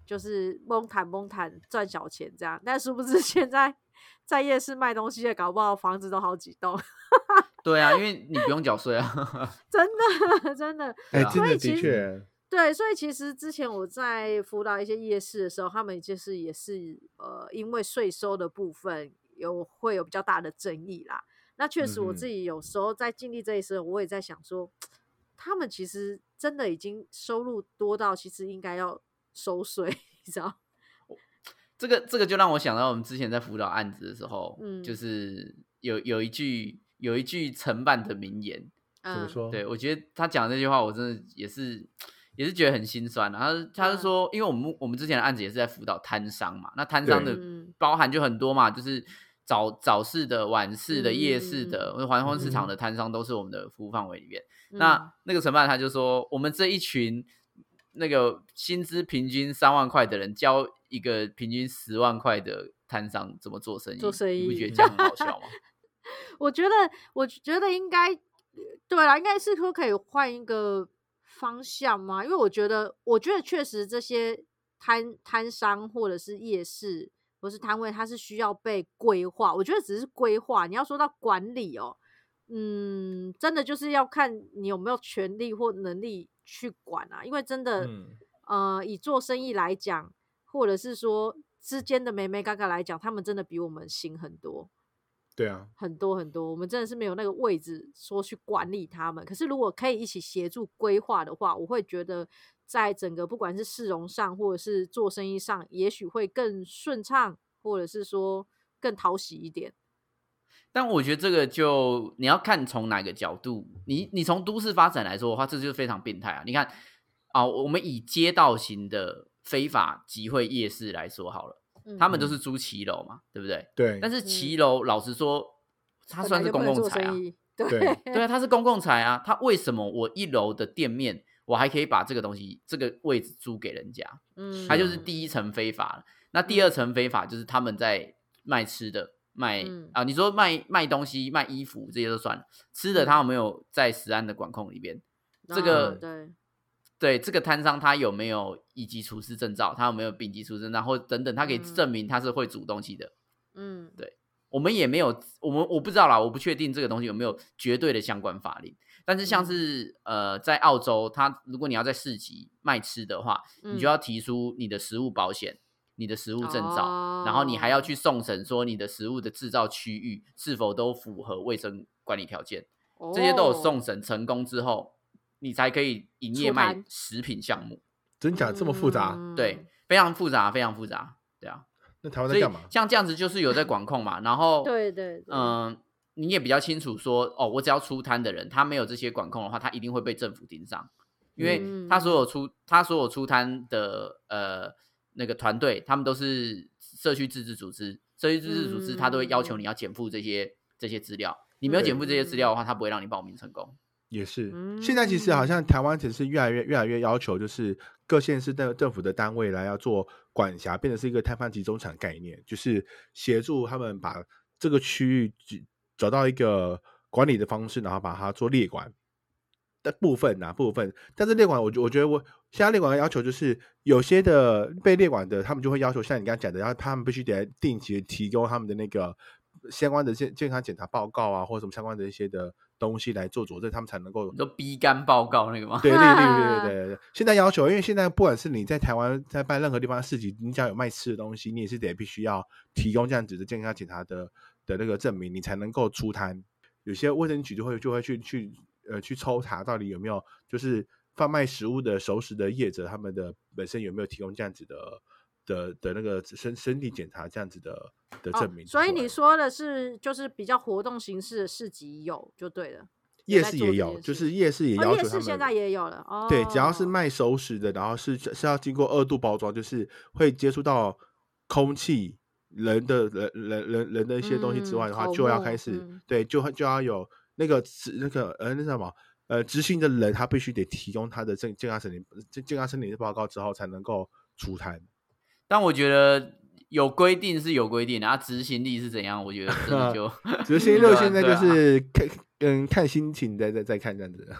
就是蒙谈蒙谈赚小钱这样，但殊不知现在在夜市卖东西的，搞不好房子都好几栋。 对啊，因为你不用缴税啊。 真的真的， 哎、欸，真的的确。 对，所以其实之前我在辅导一些夜市的时候，他们就是也是呃，因为税收的部分有会有比较大的争议啦。那确实我自己有时候在经历这一时候，我也在想说，他们其实真的已经收入多到其实应该要收税，你知道？ 这个这个就让我想到我们之前在辅导案子的时候， 嗯， 就是有有一句有一句承办的名言， 怎么说？ 对，我觉得他讲的这句话，我真的也是也是觉得很心酸啊。他他是说，因为我们我们之前的案子也是在辅导摊商嘛，那摊商的包含就很多嘛，就是早早市的、晚市的、夜市的、或者黄昏市场的摊商都是我们的服务范围里面。嗯、那那个承办他就说，我们这一群那个薪资平均三万块的人，教一个平均十万块的摊商怎么做生意， 做生意， 你不觉得这样很好笑吗？ 我觉得，我觉得应该，对啦，应该是说可以换一个方向嘛，因为我觉得，我觉得确实这些摊摊商或者是夜市或是摊位，它是需要被规划。我觉得只是规划，你要说到管理哦，嗯，真的就是要看你有没有权利或能力去管啊。因为真的，嗯、呃，以做生意来讲，或者是说之间的眉眉角角来讲，他们真的比我们行很多。 对啊， 很多很多，我们真的是没有那个位置说去管理他们。可是如果可以一起协助规划的话，我会觉得在整个不管是市容上或者是做生意上，也许会更顺畅，或者是说更讨喜一点。 但我觉得这个就你要看从哪个角度，你你从都市发展来说的话，这就非常变态啊！你看啊，我们以街道型的非法集会夜市来说好了。他们都是租骑楼嘛，对不对？ 对。 但是骑楼、嗯、老实说，它算是公共财啊。 对对啊，它是公共财啊。它为什么我一楼的店面，我还可以把这个东西、这个位置租给人家？嗯，它就是第一层非法了。那第二层非法就是他们在卖吃的、卖、嗯、啊，你说卖卖东西、卖衣服这些都算了，吃的他有没有在食安的管控里边？嗯、这个、 哦、对。 对这个摊商，他有没有一级厨师证照？他有没有丙级厨师证照？或等等，他可以证明他是会煮东西的。嗯，对，我们也没有，我们我不知道啦，我不确定这个东西有没有绝对的相关法令。但是像是、嗯、呃，在澳洲，他如果你要在市集卖吃的话，嗯、你就要提出你的食物保险、你的食物证照、哦，然后你还要去送审，说你的食物的制造区域是否都符合卫生管理条件。哦、这些都有送审成功之后。你才可以营业卖食品项目， 真假这么复杂？ 嗯、 对，非常复杂，非常复杂，对啊。 那台湾在干嘛？ 像这样子就是有在管控嘛，然后对对， 嗯、呃，你也比较清楚说，哦，我只要出摊的人，他没有这些管控的话，他一定会被政府盯上，因为他所有出、嗯、他所有出摊的呃那个团队，他们都是社区自治组织，社区自治组织他都会要求你要减负这些、嗯、这些资料，你没有减负这些资料的话，他不会让你报名成功。 也是、嗯，现在其实好像台湾只是越来越越来越要求，就是各县市的政府的单位来要做管辖，变成是一个摊贩集中场概念，就是协助他们把这个区域找到一个管理的方式，然后把它做列管的部分啊部分。但是列管，我我觉得我现在列管的要求就是有些的被列管的，他们就会要求像你刚才讲的，然后他们必须得定期提供他们的那个相关的健健康检查报告啊，或者什么相关的一些的东西来做佐证，他们才能够都逼干报告那个吗？ 对对对对对对，现在要求，因为现在不管是你在台湾在办任何地方的市集，你只要有卖吃的东西，你也是得必须要提供这样子的健康检查的的那个证明，你才能够出摊。有些卫生局就会就会去去呃去抽查到底有没有就是贩卖食物的熟食的业者，他们的本身有没有提供这样子的。的, 的那个身身体检查这样子的的证明、哦， 所以你说的是就是比较活动形式的市集有就对了， 夜市也有，就是夜市也要求他们、哦、夜市现在也有了、哦、 对，只要是卖熟食的，然后是是要经过二度包装，就是会接触到空气、人的人人人人的一些东西之外的话，嗯、就要开始、嗯、对，就就要有那个那个呃那什么呃执行的人，他必须得提供他的健健康身体健康身体的报告之后，才能够出摊。 但我觉得有规定是有规定的，啊，执行力是怎样？我觉得真的就执行力现在就是看嗯看心情在在在看这样子。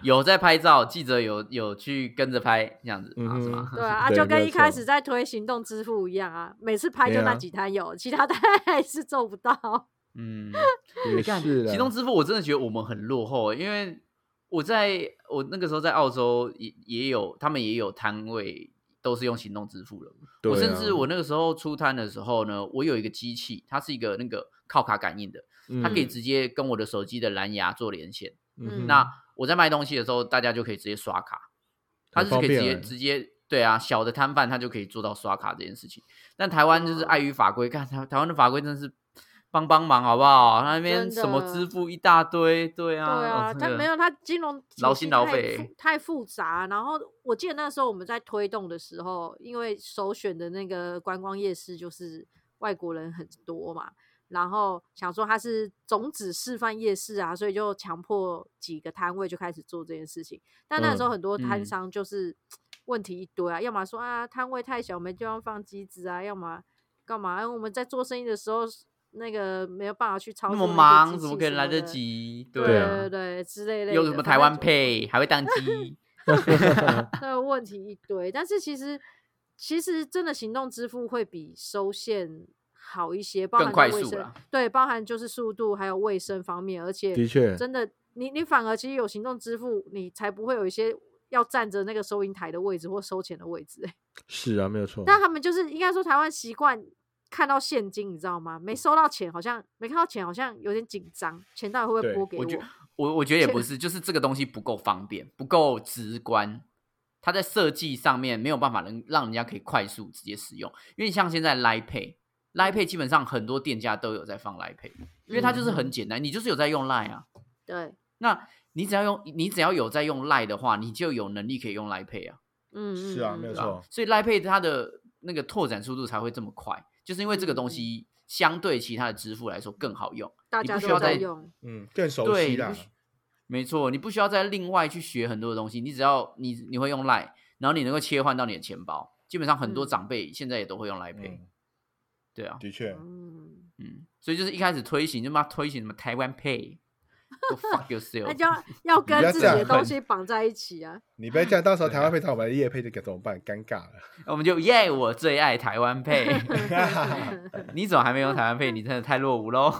有在拍照，记者有有去跟着拍这样子、 嗯、 啊，是吗？ 对啊，啊就跟一开始在推行动支付一样啊，每次拍就那几摊有，啊、其他摊还是做不到。 嗯， 也是行动支付我真的觉得我们很落后，因为我在我那个时候在澳洲 也, 也有，他们也有摊位都是用行动支付了。 对啊、 我甚至我那个时候出摊的时候呢，我有一个机器，它是一个那个靠卡感应的，它可以直接跟我的手机的蓝牙做连线。 嗯， 那我在卖东西的时候，大家就可以直接刷卡，它是可以直接、欸、直接对啊，小的摊贩他就可以做到刷卡这件事情。但台湾就是碍于法规，看台台湾的法规真的是。帮帮忙好不好？他那边什么支付一大堆，对啊， 对啊，他、哦、没有他金融劳心劳肺太复杂。然后我记得那时候我们在推动的时候，因为首选的那个观光夜市就是外国人很多嘛，然后想说他是种子示范夜市啊，所以就强迫几个摊位就开始做这件事情。但那时候很多摊商就是问题一堆啊，嗯、要么说啊摊位太小没地方放机子啊，要么干嘛？我们在做生意的时候。那个没有办法去操作， 那么忙怎么可以来得及？ 对对啊， 对对之类的。 有什么台湾配还会宕机？ 那个问题一堆，但是其实其实真的行动支付会比收现好一些，包含更快速啦。 对，包含就是速度还有卫生方面，而且的确真的你你反而其实有行动支付，你才不会有一些要站着那个收银台的位置或收钱的位置。 是啊，没有错。 但他们就是应该说台湾习惯。看到现金你知道吗？没收到钱好像没看到钱好像有点紧张，钱到底会不会拨给我？ 我觉得我我觉得也不是，就是这个东西不够方便，不够直观，它在设计上面没有办法能让人家可以快速直接使用。因为像现在 Line Pay，Line Pay 基本上很多店家都有在放 Line Pay， 因为它就是很简单，嗯、你就是有在用 Line 啊。 对， 那你只要用，你只要有在用 Line 的话，你就有能力可以用 Line Pay 啊。 嗯， 是啊，没有错。 所以 Line Pay 它的那个拓展速度才会这么快。就是因为这个东西相对其他的支付来说更好用， 大家都在用， 嗯，更熟悉啦。 没错，你不需要再另外去学很多的东西，你只要你你会用 Line， 然后你能够切换到你的钱包，基本上很多长辈现在也都会用 Line Pay，、嗯、对啊， 的确， 嗯嗯，所以就是一开始推行就嘛推行什么台湾 Pay。Go fuck yourself！ 那就要要跟自己的东西绑在一起啊！ 你不要这样，到时候台湾配找我们的业配这个怎么办？尴尬了。 我们就耶、yeah, 我最爱台湾配。你怎么还没用台湾配？你真的太落伍喽！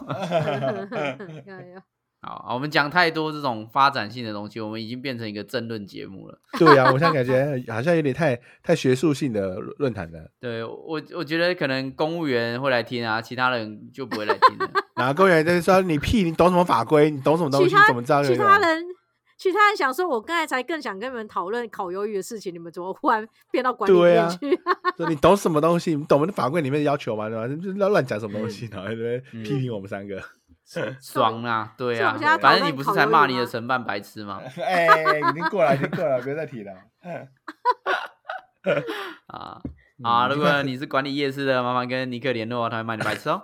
好，我们讲太多这种发展性的东西，我们已经变成一个政论节目了。 对啊，我现在感觉好像有点太太学术性的论坛了。 对我，我觉得可能公务员会来听啊，其他人就不会来听了。 然后公务员就是说你屁，你懂什么法规？你懂什么东西？怎么知道？ 其他人，其他人想说，我刚才才更想跟你们讨论烤鱿鱼的事情，你们怎么忽然变到管理面去？ 说、啊、你懂什么东西？你懂我们的法规里面的要求吗？对吧？就乱讲什么东西，然后在那边批评我们三个。 爽啊，对啊，反正你不是才骂你的承办白痴吗？ 哎、欸，已经过了，已经过了，别再提了。 啊啊！如果你是管理夜市的，麻烦跟尼克联络，他会骂你白痴哦。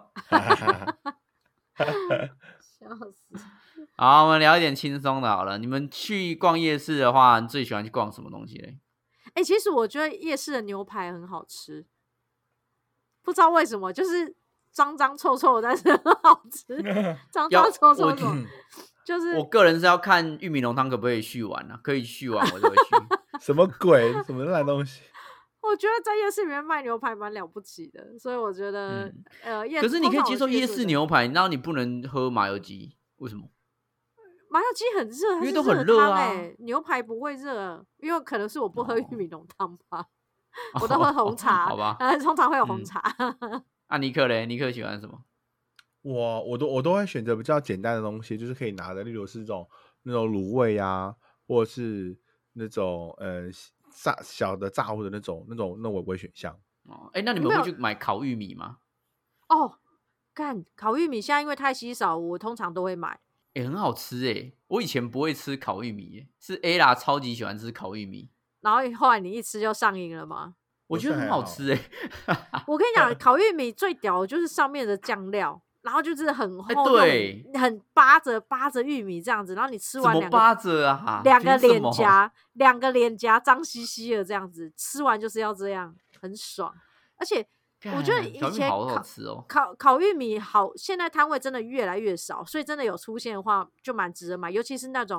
笑死！ 好，我们聊一点轻松的好了。你们去逛夜市的话，你最喜欢去逛什么东西嘞？ 哎、欸，其实我觉得夜市的牛排很好吃，不知道为什么，就是脏脏臭臭的，但是很好吃。脏脏臭臭的，就是我个人是要看玉米浓汤可不可以续完啊？可以续完我就会去。 什么鬼？什么烂东西？ 我觉得在夜市里面卖牛排蛮了不起的，所以我觉得，嗯、呃，夜可是你可以接受夜市市牛排，然后你不能喝麻油鸡，为什么？ 麻油鸡很热， 因为都很热啊。 牛排不会热，因为可能是我不喝玉米浓汤吧，哦、我都喝红茶， 哦、好吧， 呃，通常会有红茶。 嗯、啊，尼克嘞？尼克喜欢什么？ 我我都我都会选择比较简单的东西，就是可以拿的，例如是这种那种卤味啊，或者是那种呃炸小的炸物的那种那种那种微选项。 哦，哎，那你们会去买烤玉米吗？ 哦，干烤玉米现在因为太稀少，我通常都会买。 哎、欸，很好吃哎、欸！我以前不会吃烤玉米、欸，是 A 啦，超级喜欢吃烤玉米。 然后后来你一吃就上瘾了吗？ 我觉得很好吃哎、 欸！我跟你讲，烤玉米最屌的就是上面的酱料，然后就是很厚， 欸、对， 很扒着扒着玉米这样子，然后你吃完两个扒着啊， 两个脸颊，两个脸颊脏兮兮的这样子，吃完就是要这样，很爽，而且。我觉得以前烤好吃哦， 烤烤玉米好，现在摊位真的越来越少，所以真的有出现的话就蛮值得买，尤其是那种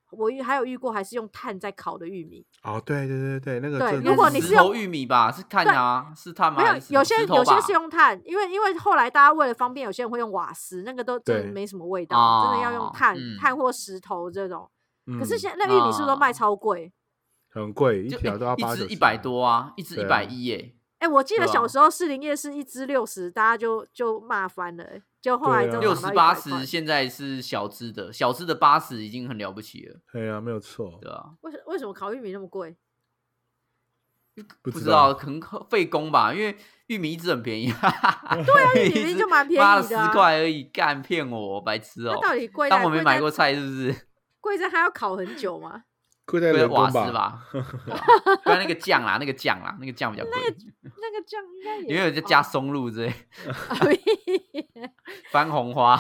我还有遇过还是用炭在烤的玉米。 哦，对对对对，那个对， 真的如果你是用石头玉米吧，是炭啊，是炭吗？ 没有， 还是石头有些石头有些吧是用炭，因为因为后来大家为了方便，有些人会用瓦斯，那个都真的对没什么味道， 哦真的要用炭、 嗯炭或石头这种。可是嗯现在那玉米是不是都卖哦超贵？ 很贵，一就条都要欸一八九十， 只一百多啊，一只对啊一百一耶。 哎、我记得对啊小时候士林夜市一只六十，大家就就骂翻了、欸，就后来对啊六就涨到十八一百块十，现在是小只的，小只的八十已经很了不起了， 对啊，没有错， 对啊。 为什为什么烤玉米那么贵？ 不不知道，可能费工吧，因为玉米一只很便宜。对啊玉米明明就蛮便宜的啊妈的十块而已，干骗我，白痴哦、 那到底贵在当我没买过菜是不是？ 贵在还要烤很久吗？ 贵在贵人工瓦斯吧，对吧不然那个酱啦，那个酱啦，那个酱比较贵， 那个酱应该也因为有就加松露之类， 哦番红花。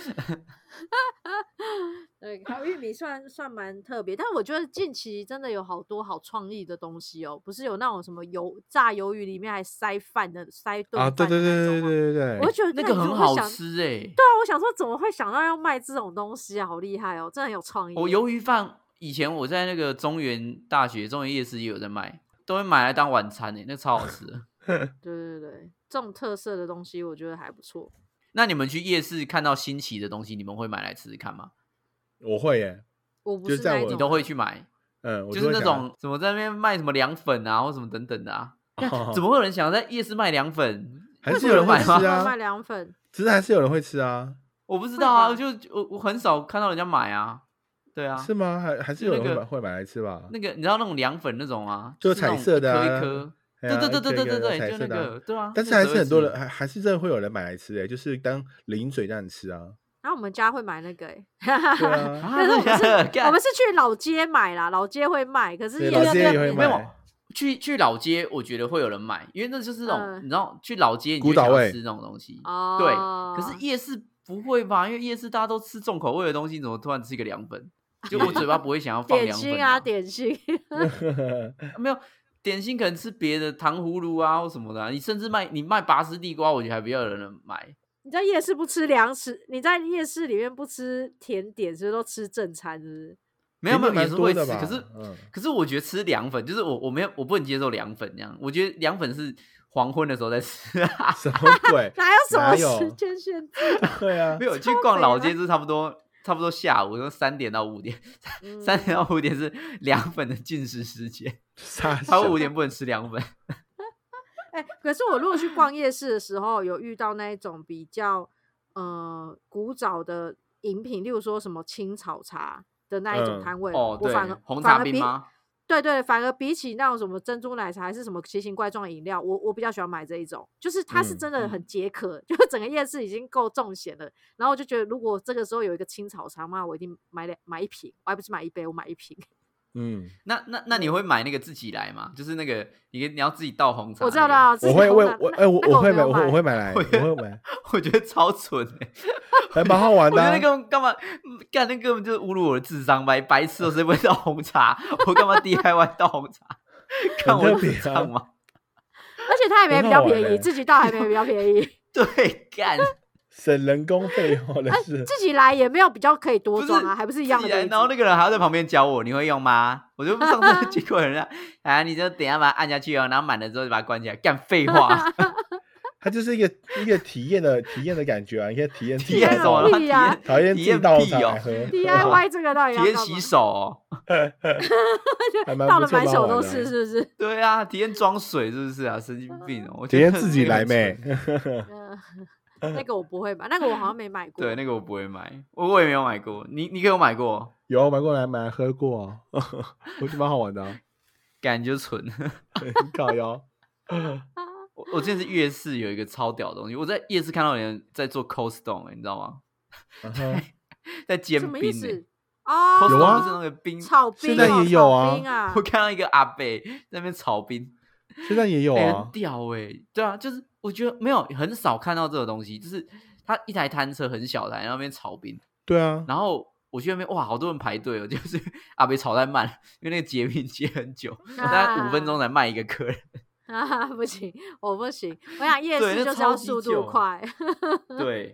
对，烤玉米算算蛮特别，但我觉得近期真的有好多好创意的东西哦，不是有那种什么油炸鱿鱼里面还塞饭的，塞炖啊， 饭的对对对对那种吗对对对， 我就觉得那看你怎个很好么会想吃哎、欸。 对啊，我想说怎么会想到要卖这种东西啊，好厉害哦，真的很有创意。 我鱿鱼饭以前我在那个中原大学中原夜市也有在卖，都会买来当晚餐诶、欸，那超好吃的。 对对对，这种特色的东西我觉得还不错。 那你们去夜市看到新奇的东西，你们会买来吃吃看吗？ 我会耶， 我不就是在我那一种你都会人去买？ 嗯，我就是那都会想种怎么在那边卖什么凉粉啊，或什么等等的啊？ 哦怎么会有人想要在夜市卖凉粉？ 还是有人会吃为什么有人啊， 卖凉粉， 只是还是有人会吃啊， 我不知道啊， 会吧就我我很少看到人家买啊。对啊， 是吗？还还是有人就那个会买会买来吃吧？ 那个你知道那种凉粉那种啊， 就是那种彩色的啊一颗一颗。 哎呀对对对对对一个一个对对，就那彩色的啊个，对啊。 但是那个谁会还是很多人， 吃还还是真的会有人买来吃诶，就是当零嘴这样吃啊。 然后我们家会买那个、欸， 对啊， 啊可是我们真的假的是干我们是去老街买啦，老街会卖，可是对夜市老街也会那边没有卖去去老街，我觉得会有人买，因为那就是那种、 嗯你知道，去老街你就古早味想要吃那种东西。 哦， 对，可是夜市不会吧？因为夜市大家都吃重口味的东西，怎么突然吃一个凉粉？就我嘴巴不会想要放点凉粉、 心啊，点心， 没有点心可能吃别的糖葫芦啊或什么的啊、你甚至卖你卖拔丝地瓜，我觉得还比较有人买。 你在夜市不吃粮食，你在夜市里面不吃甜点，是不是都吃正餐？是不是？ 没有没有蛮也是会吃， 多的吧可是、 嗯可是我觉得吃凉粉就是我我没有我不能接受凉粉这样，我觉得凉粉是黄昏的时候在吃。 什么鬼？ 哪有什么哪有时间限制？ 对啊没，有去逛老街，就是差不多差不多下午，从三点到五点， 嗯三点到五点是凉粉的进食时间， 傻超过五点不能吃凉粉。 哎、可是我如果去逛夜市的时候，有遇到那一种比较呃古早的饮品，例如说什么青草茶的那一种嗯摊位， 哦，对我反而， 红反而比茶冰吗？ 对对，反而比起那种什么珍珠奶茶还是什么奇形怪状的饮料，我我比较喜欢买这一种，就是它是嗯真的很嗯解渴，就是整个夜市已经够重咸了，然后我就觉得如果这个时候有一个青草茶嘛，我一定买两买一瓶，我还不是买一杯，我买一瓶。 嗯， 那那那你会买那个自己来吗？就是那个你你要自己倒红茶、 我知道啦，自我会为己红茶我哎我那那个我会买， 没有我我会买来，我会买， 我觉得超蠢哎、 还蛮好玩的啊。 我觉得那个干嘛干那根本就是侮辱我的智商吧，白痴哦，谁不会倒红茶？我干嘛 D I Y 倒红茶？看我智障吗？ 而且它也没比较便宜， 很好玩欸自己倒还没比较便宜， 对，干省人工费用的是， 自己来也没有比较可以多不是装啊，还不是一样的自己来杯子然后那个人还要在旁边教我，你会用吗？我就上次结果人家啊，你就等一下把它按下去哦，然后满了之后就把它关起来，干废话。 它就是一个一个体验的体验的感觉啊，你可以体验自己体验什么？ 体验屁啊讨厌自体验己倒屁哦茶来喝， D I Y 这个到底体要干嘛验洗手哦。 还蛮不错倒的满手蛮好玩的都是，是不是？ 对啊，体验装水是不是啊？神经病哦！我体觉得验自己来那个很没蠢？ 嗯，那个我不会买，那个我好像没买过。 对，那个我不会买，我我也没有买过。你你给我买过？ 有买过来买来喝过啊，我觉得蛮好玩的啊， 感觉蠢。 很搞腰。 我我之前是夜市有一个超屌的东西，我在夜市看到有人在做 cold stone，、欸、你知道吗？ 嗯哼在煎什么意冰、欸。 思？哦， cold 有 stone 啊不是那个冰， 炒冰哦， 现在也有啊炒冰啊我看到一个阿伯在那边炒冰， 现在也有欸啊很，屌哎、欸！对啊，就是我觉得没有很少看到这个东西，就是他一台摊车很小台，然后那边炒冰， 对啊， 然后我去那边哇，好多人排队哦，就是阿伯炒太慢，因为那个结冰结很久，大概五分钟才卖一个客人。 啊，不行，我不行。我想夜对那市就是要超级速度久快。 对，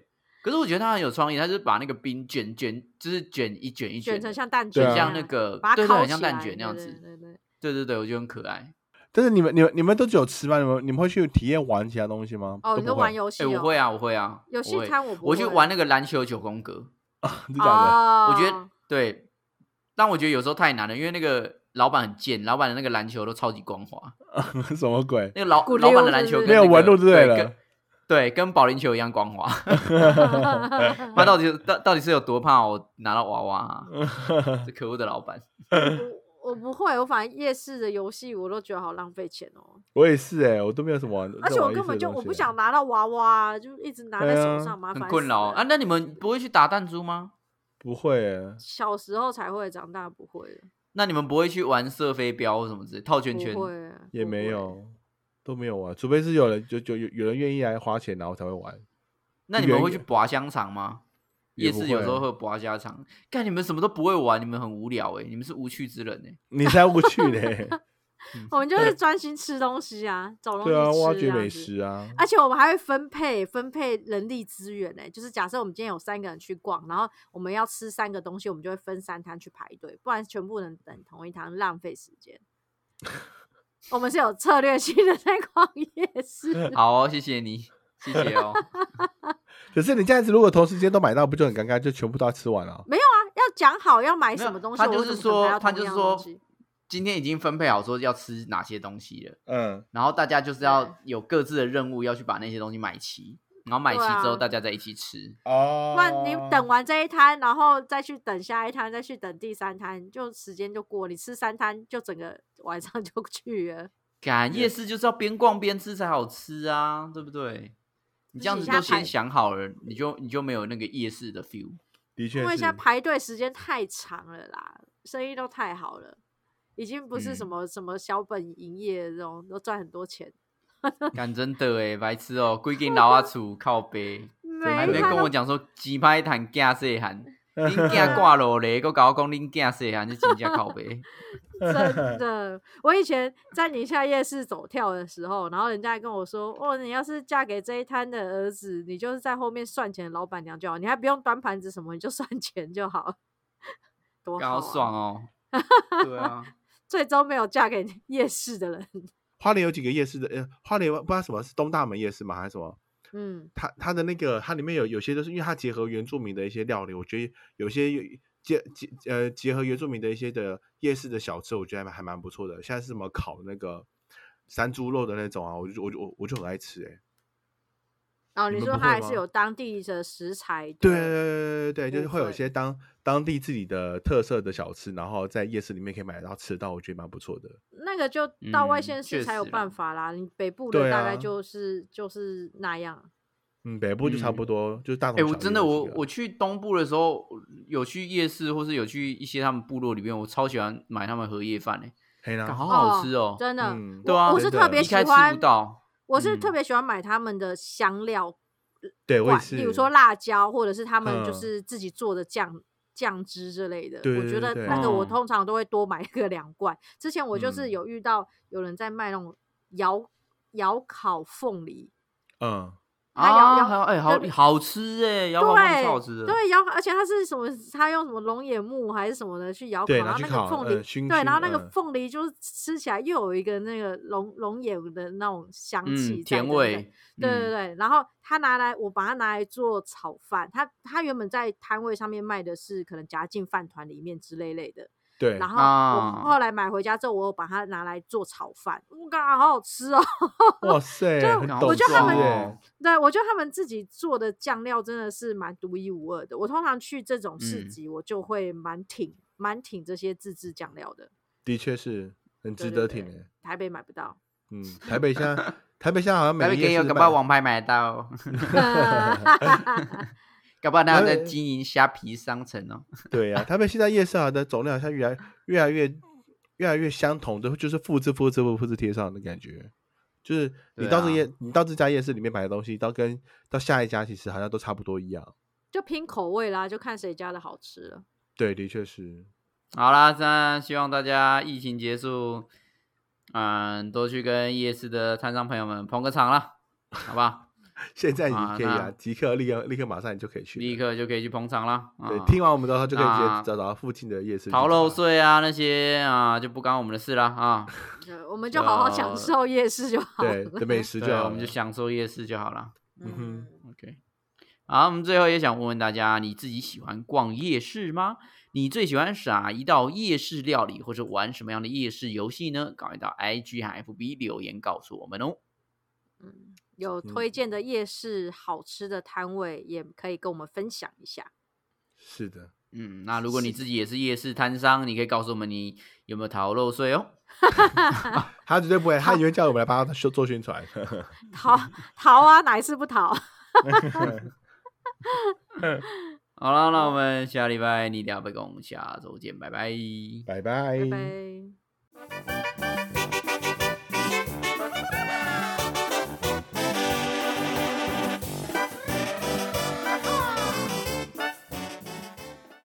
可是我觉得他很有创意，他就是把那个冰卷卷，就是卷一卷一卷， 卷成像蛋卷， 像那个， 把它对对，很像烤起来蛋卷那样子。 对对对对对对，我觉得很可爱。 但是你们、你们、你们都只有吃吗？你们、你们会去体验玩其他东西吗？ 哦，你都玩游戏、哦欸？我会啊，我会啊。 游戏摊我不会。 我去玩那个篮球九宫格。 真的假的？ 哦、 我觉得对，但我觉得有时候太难了，因为那个老板很贱，老板的那个篮球都超级光滑。 什么鬼？ 那个老老板的篮球跟、那个、 没有纹路之类的。 对，跟保龄球一样光滑。他到底到到底是有多怕我拿到娃娃啊？这可恶的老板！ 我我不会，我反正夜市的游戏我都觉得好浪费钱哦。 我也是哎、欸，我都没有什么玩， 而且我根本就我不想拿到娃娃，就一直拿在手上，麻烦、 啊、很困扰啊。那你们不会去打弹珠吗？ 不会、欸， 小时候才会，长大不会了。 那你们不会去玩射飞镖或什么之类，套圈圈？ 不会， 也没有。都没有玩，除非是有人就就有有人愿意来花钱，然后才会玩。 那你们会去拔香肠吗？夜市有时候会拔香肠。干，你们什么都不会玩，你们很无聊哎、欸，你们是无趣之人哎、欸。 你才无趣嘞！ 我们就是专心吃东西啊，找东西吃。 对啊，挖掘美食啊。 而且我们还会分配分配人力资源哎、欸，就是假设我们今天有三个人去逛，然后我们要吃三个东西，我们就会分三摊去排队，不然全部人等同一摊，浪费时间。我们是有策略性的在逛夜市。 好哦，谢谢你，谢谢哦。 可是你这样子，如果同时间都买到，不就很尴尬？就全部都要吃完了？ 没有啊，要讲好要买什么东西。 他就是说，他就是说， 西今天已经分配好说要吃哪些东西了。 嗯， 然后大家就是要有各自的任务，要去把那些东西买齐。然后买齐之后，大家再一起吃。 哦、 啊，不然你等完这一摊，然后再去等下一摊，再去等第三摊，就时间就过。你吃三摊，就整个晚上就去了。 赶夜市就是要边逛边吃才好吃啊，对不对？你这样子都先想好了，你就你就没有那个夜市的 feel。 的确， 因为现在排队时间太长了啦，生意都太好了，已经不是什么、嗯、什么小本营业这种，都赚很多钱。 干真的哎，白痴哦、喔！规间老阿厝靠背，还没跟我讲说鸡排摊囝细汉，恁囝挂落嘞，佮搞我讲恁囝细汉，就真正靠背。 真的，我以前在宁夏夜市走跳的时候，然后人家还跟我说：“哦，你要是嫁给这一摊的儿子，你就是在后面算钱的老板娘就好，你还不用端盘子什么，你就算钱就好。”多好、啊， 好爽哦！对啊， 最终没有嫁给夜市的人。 花莲有几个夜市的，呃，花莲不知道什么是东大门夜市吗？还是什么？嗯，它它的那个它里面有有些都是因为它结合原住民的一些料理，我觉得有些结结呃结合原住民的一些的夜市的小吃，我觉得还还蛮不错的。像是什么烤那个山猪肉的那种啊，我就我就我就很爱吃哎、欸。 哦，你说它还是有当地的食材的？ 对对对对对，就是会有一些当当地自己的特色的小吃，然后在夜市里面可以买到吃到，我觉得蛮不错的。 那个就到外县市才有办法啦，嗯、你北部的大概就是、啊、就是那样。 嗯，北部就差不多，嗯、就是大同小异。 哎、欸，我真的我我去东部的时候，有去夜市，或是有去一些他们部落里面，我超喜欢买他们荷叶饭诶、欸，好好吃哦、喔， 真的。 嗯、对啊， 我是特别喜欢， 吃不到我是特别喜欢买他们的香料。 对，我也是。 比如说辣椒，或者是他们就是自己做的酱酱、嗯、汁之类的。我觉得那个我通常都会多买个两罐。之前我就是有遇到有人在卖那种窑窑烤凤梨， 嗯。啊，哎、欸，好好吃哎，窑烤凤梨超好吃的。 对，窑，而且它是什么？它用什么龙眼木还是什么的去窑烤，然后那个凤梨， 呃、 对，然后那个凤梨就是吃起来又有一个那个龙龙眼的那种香气、 嗯，甜味。 对对对，嗯、然后他拿来，我把它拿来做炒饭。他他原本在摊位上面卖的是可能夹进饭团里面之类类的。 对， 然后我后来买回家之后，我有把它拿来做炒饭，哇，好好吃哦！ 哇塞， 就我觉得他们， 哦、 对我觉得他们自己做的酱料真的是蛮独一无二的。我通常去这种市集，嗯、我就会蛮挺蛮挺这些自制酱料的。 的确是很值得挺的。 台北买不到， 嗯，台北现在台北现在好像每个夜市有，搞不好网拍买得到。搞不好他在经营虾皮商城哦。 对呀、啊，台北现在夜市的种类好像越来越来越越来越相同的，就是复制复制复制贴上的感觉。就是你到这夜、啊、你到这家夜市里面买的东西，到跟到下一家其实好像都差不多一样。 就拼口味啦，就看谁家的好吃了。 对，的确是。 好啦，那希望大家疫情结束，嗯，多去跟夜市的摊商朋友们捧个场啦，好吧？ 现在你可以啊，即刻立刻立刻马上你就可以去， 立刻就可以去捧场了。 对，听完我们的话就可以直接找找附近的夜市。 逃漏税啊那些啊就不干我们的事了啊， 我们就好好享受夜市就好了。 对，的美食就好， 我们就享受夜市就好了。 嗯哼 ，OK。好，我们最后也想问问大家，你自己喜欢逛夜市吗？你最喜欢哪一道夜市料理，或者玩什么样的夜市游戏呢？赶快到 I G 和 F B 留言告诉我们哦。 嗯，有推荐的夜市好吃的摊位，也可以跟我们分享一下。 是的， 嗯，那如果你自己也是夜市摊商，你可以告诉我们你有没有逃漏税哦。 他绝对不会，他以为叫我们来帮他做宣传。 逃逃啊，哪一次不逃？ 好了，那我们下礼拜你聊北工，下周见，拜拜， 拜拜， 拜拜。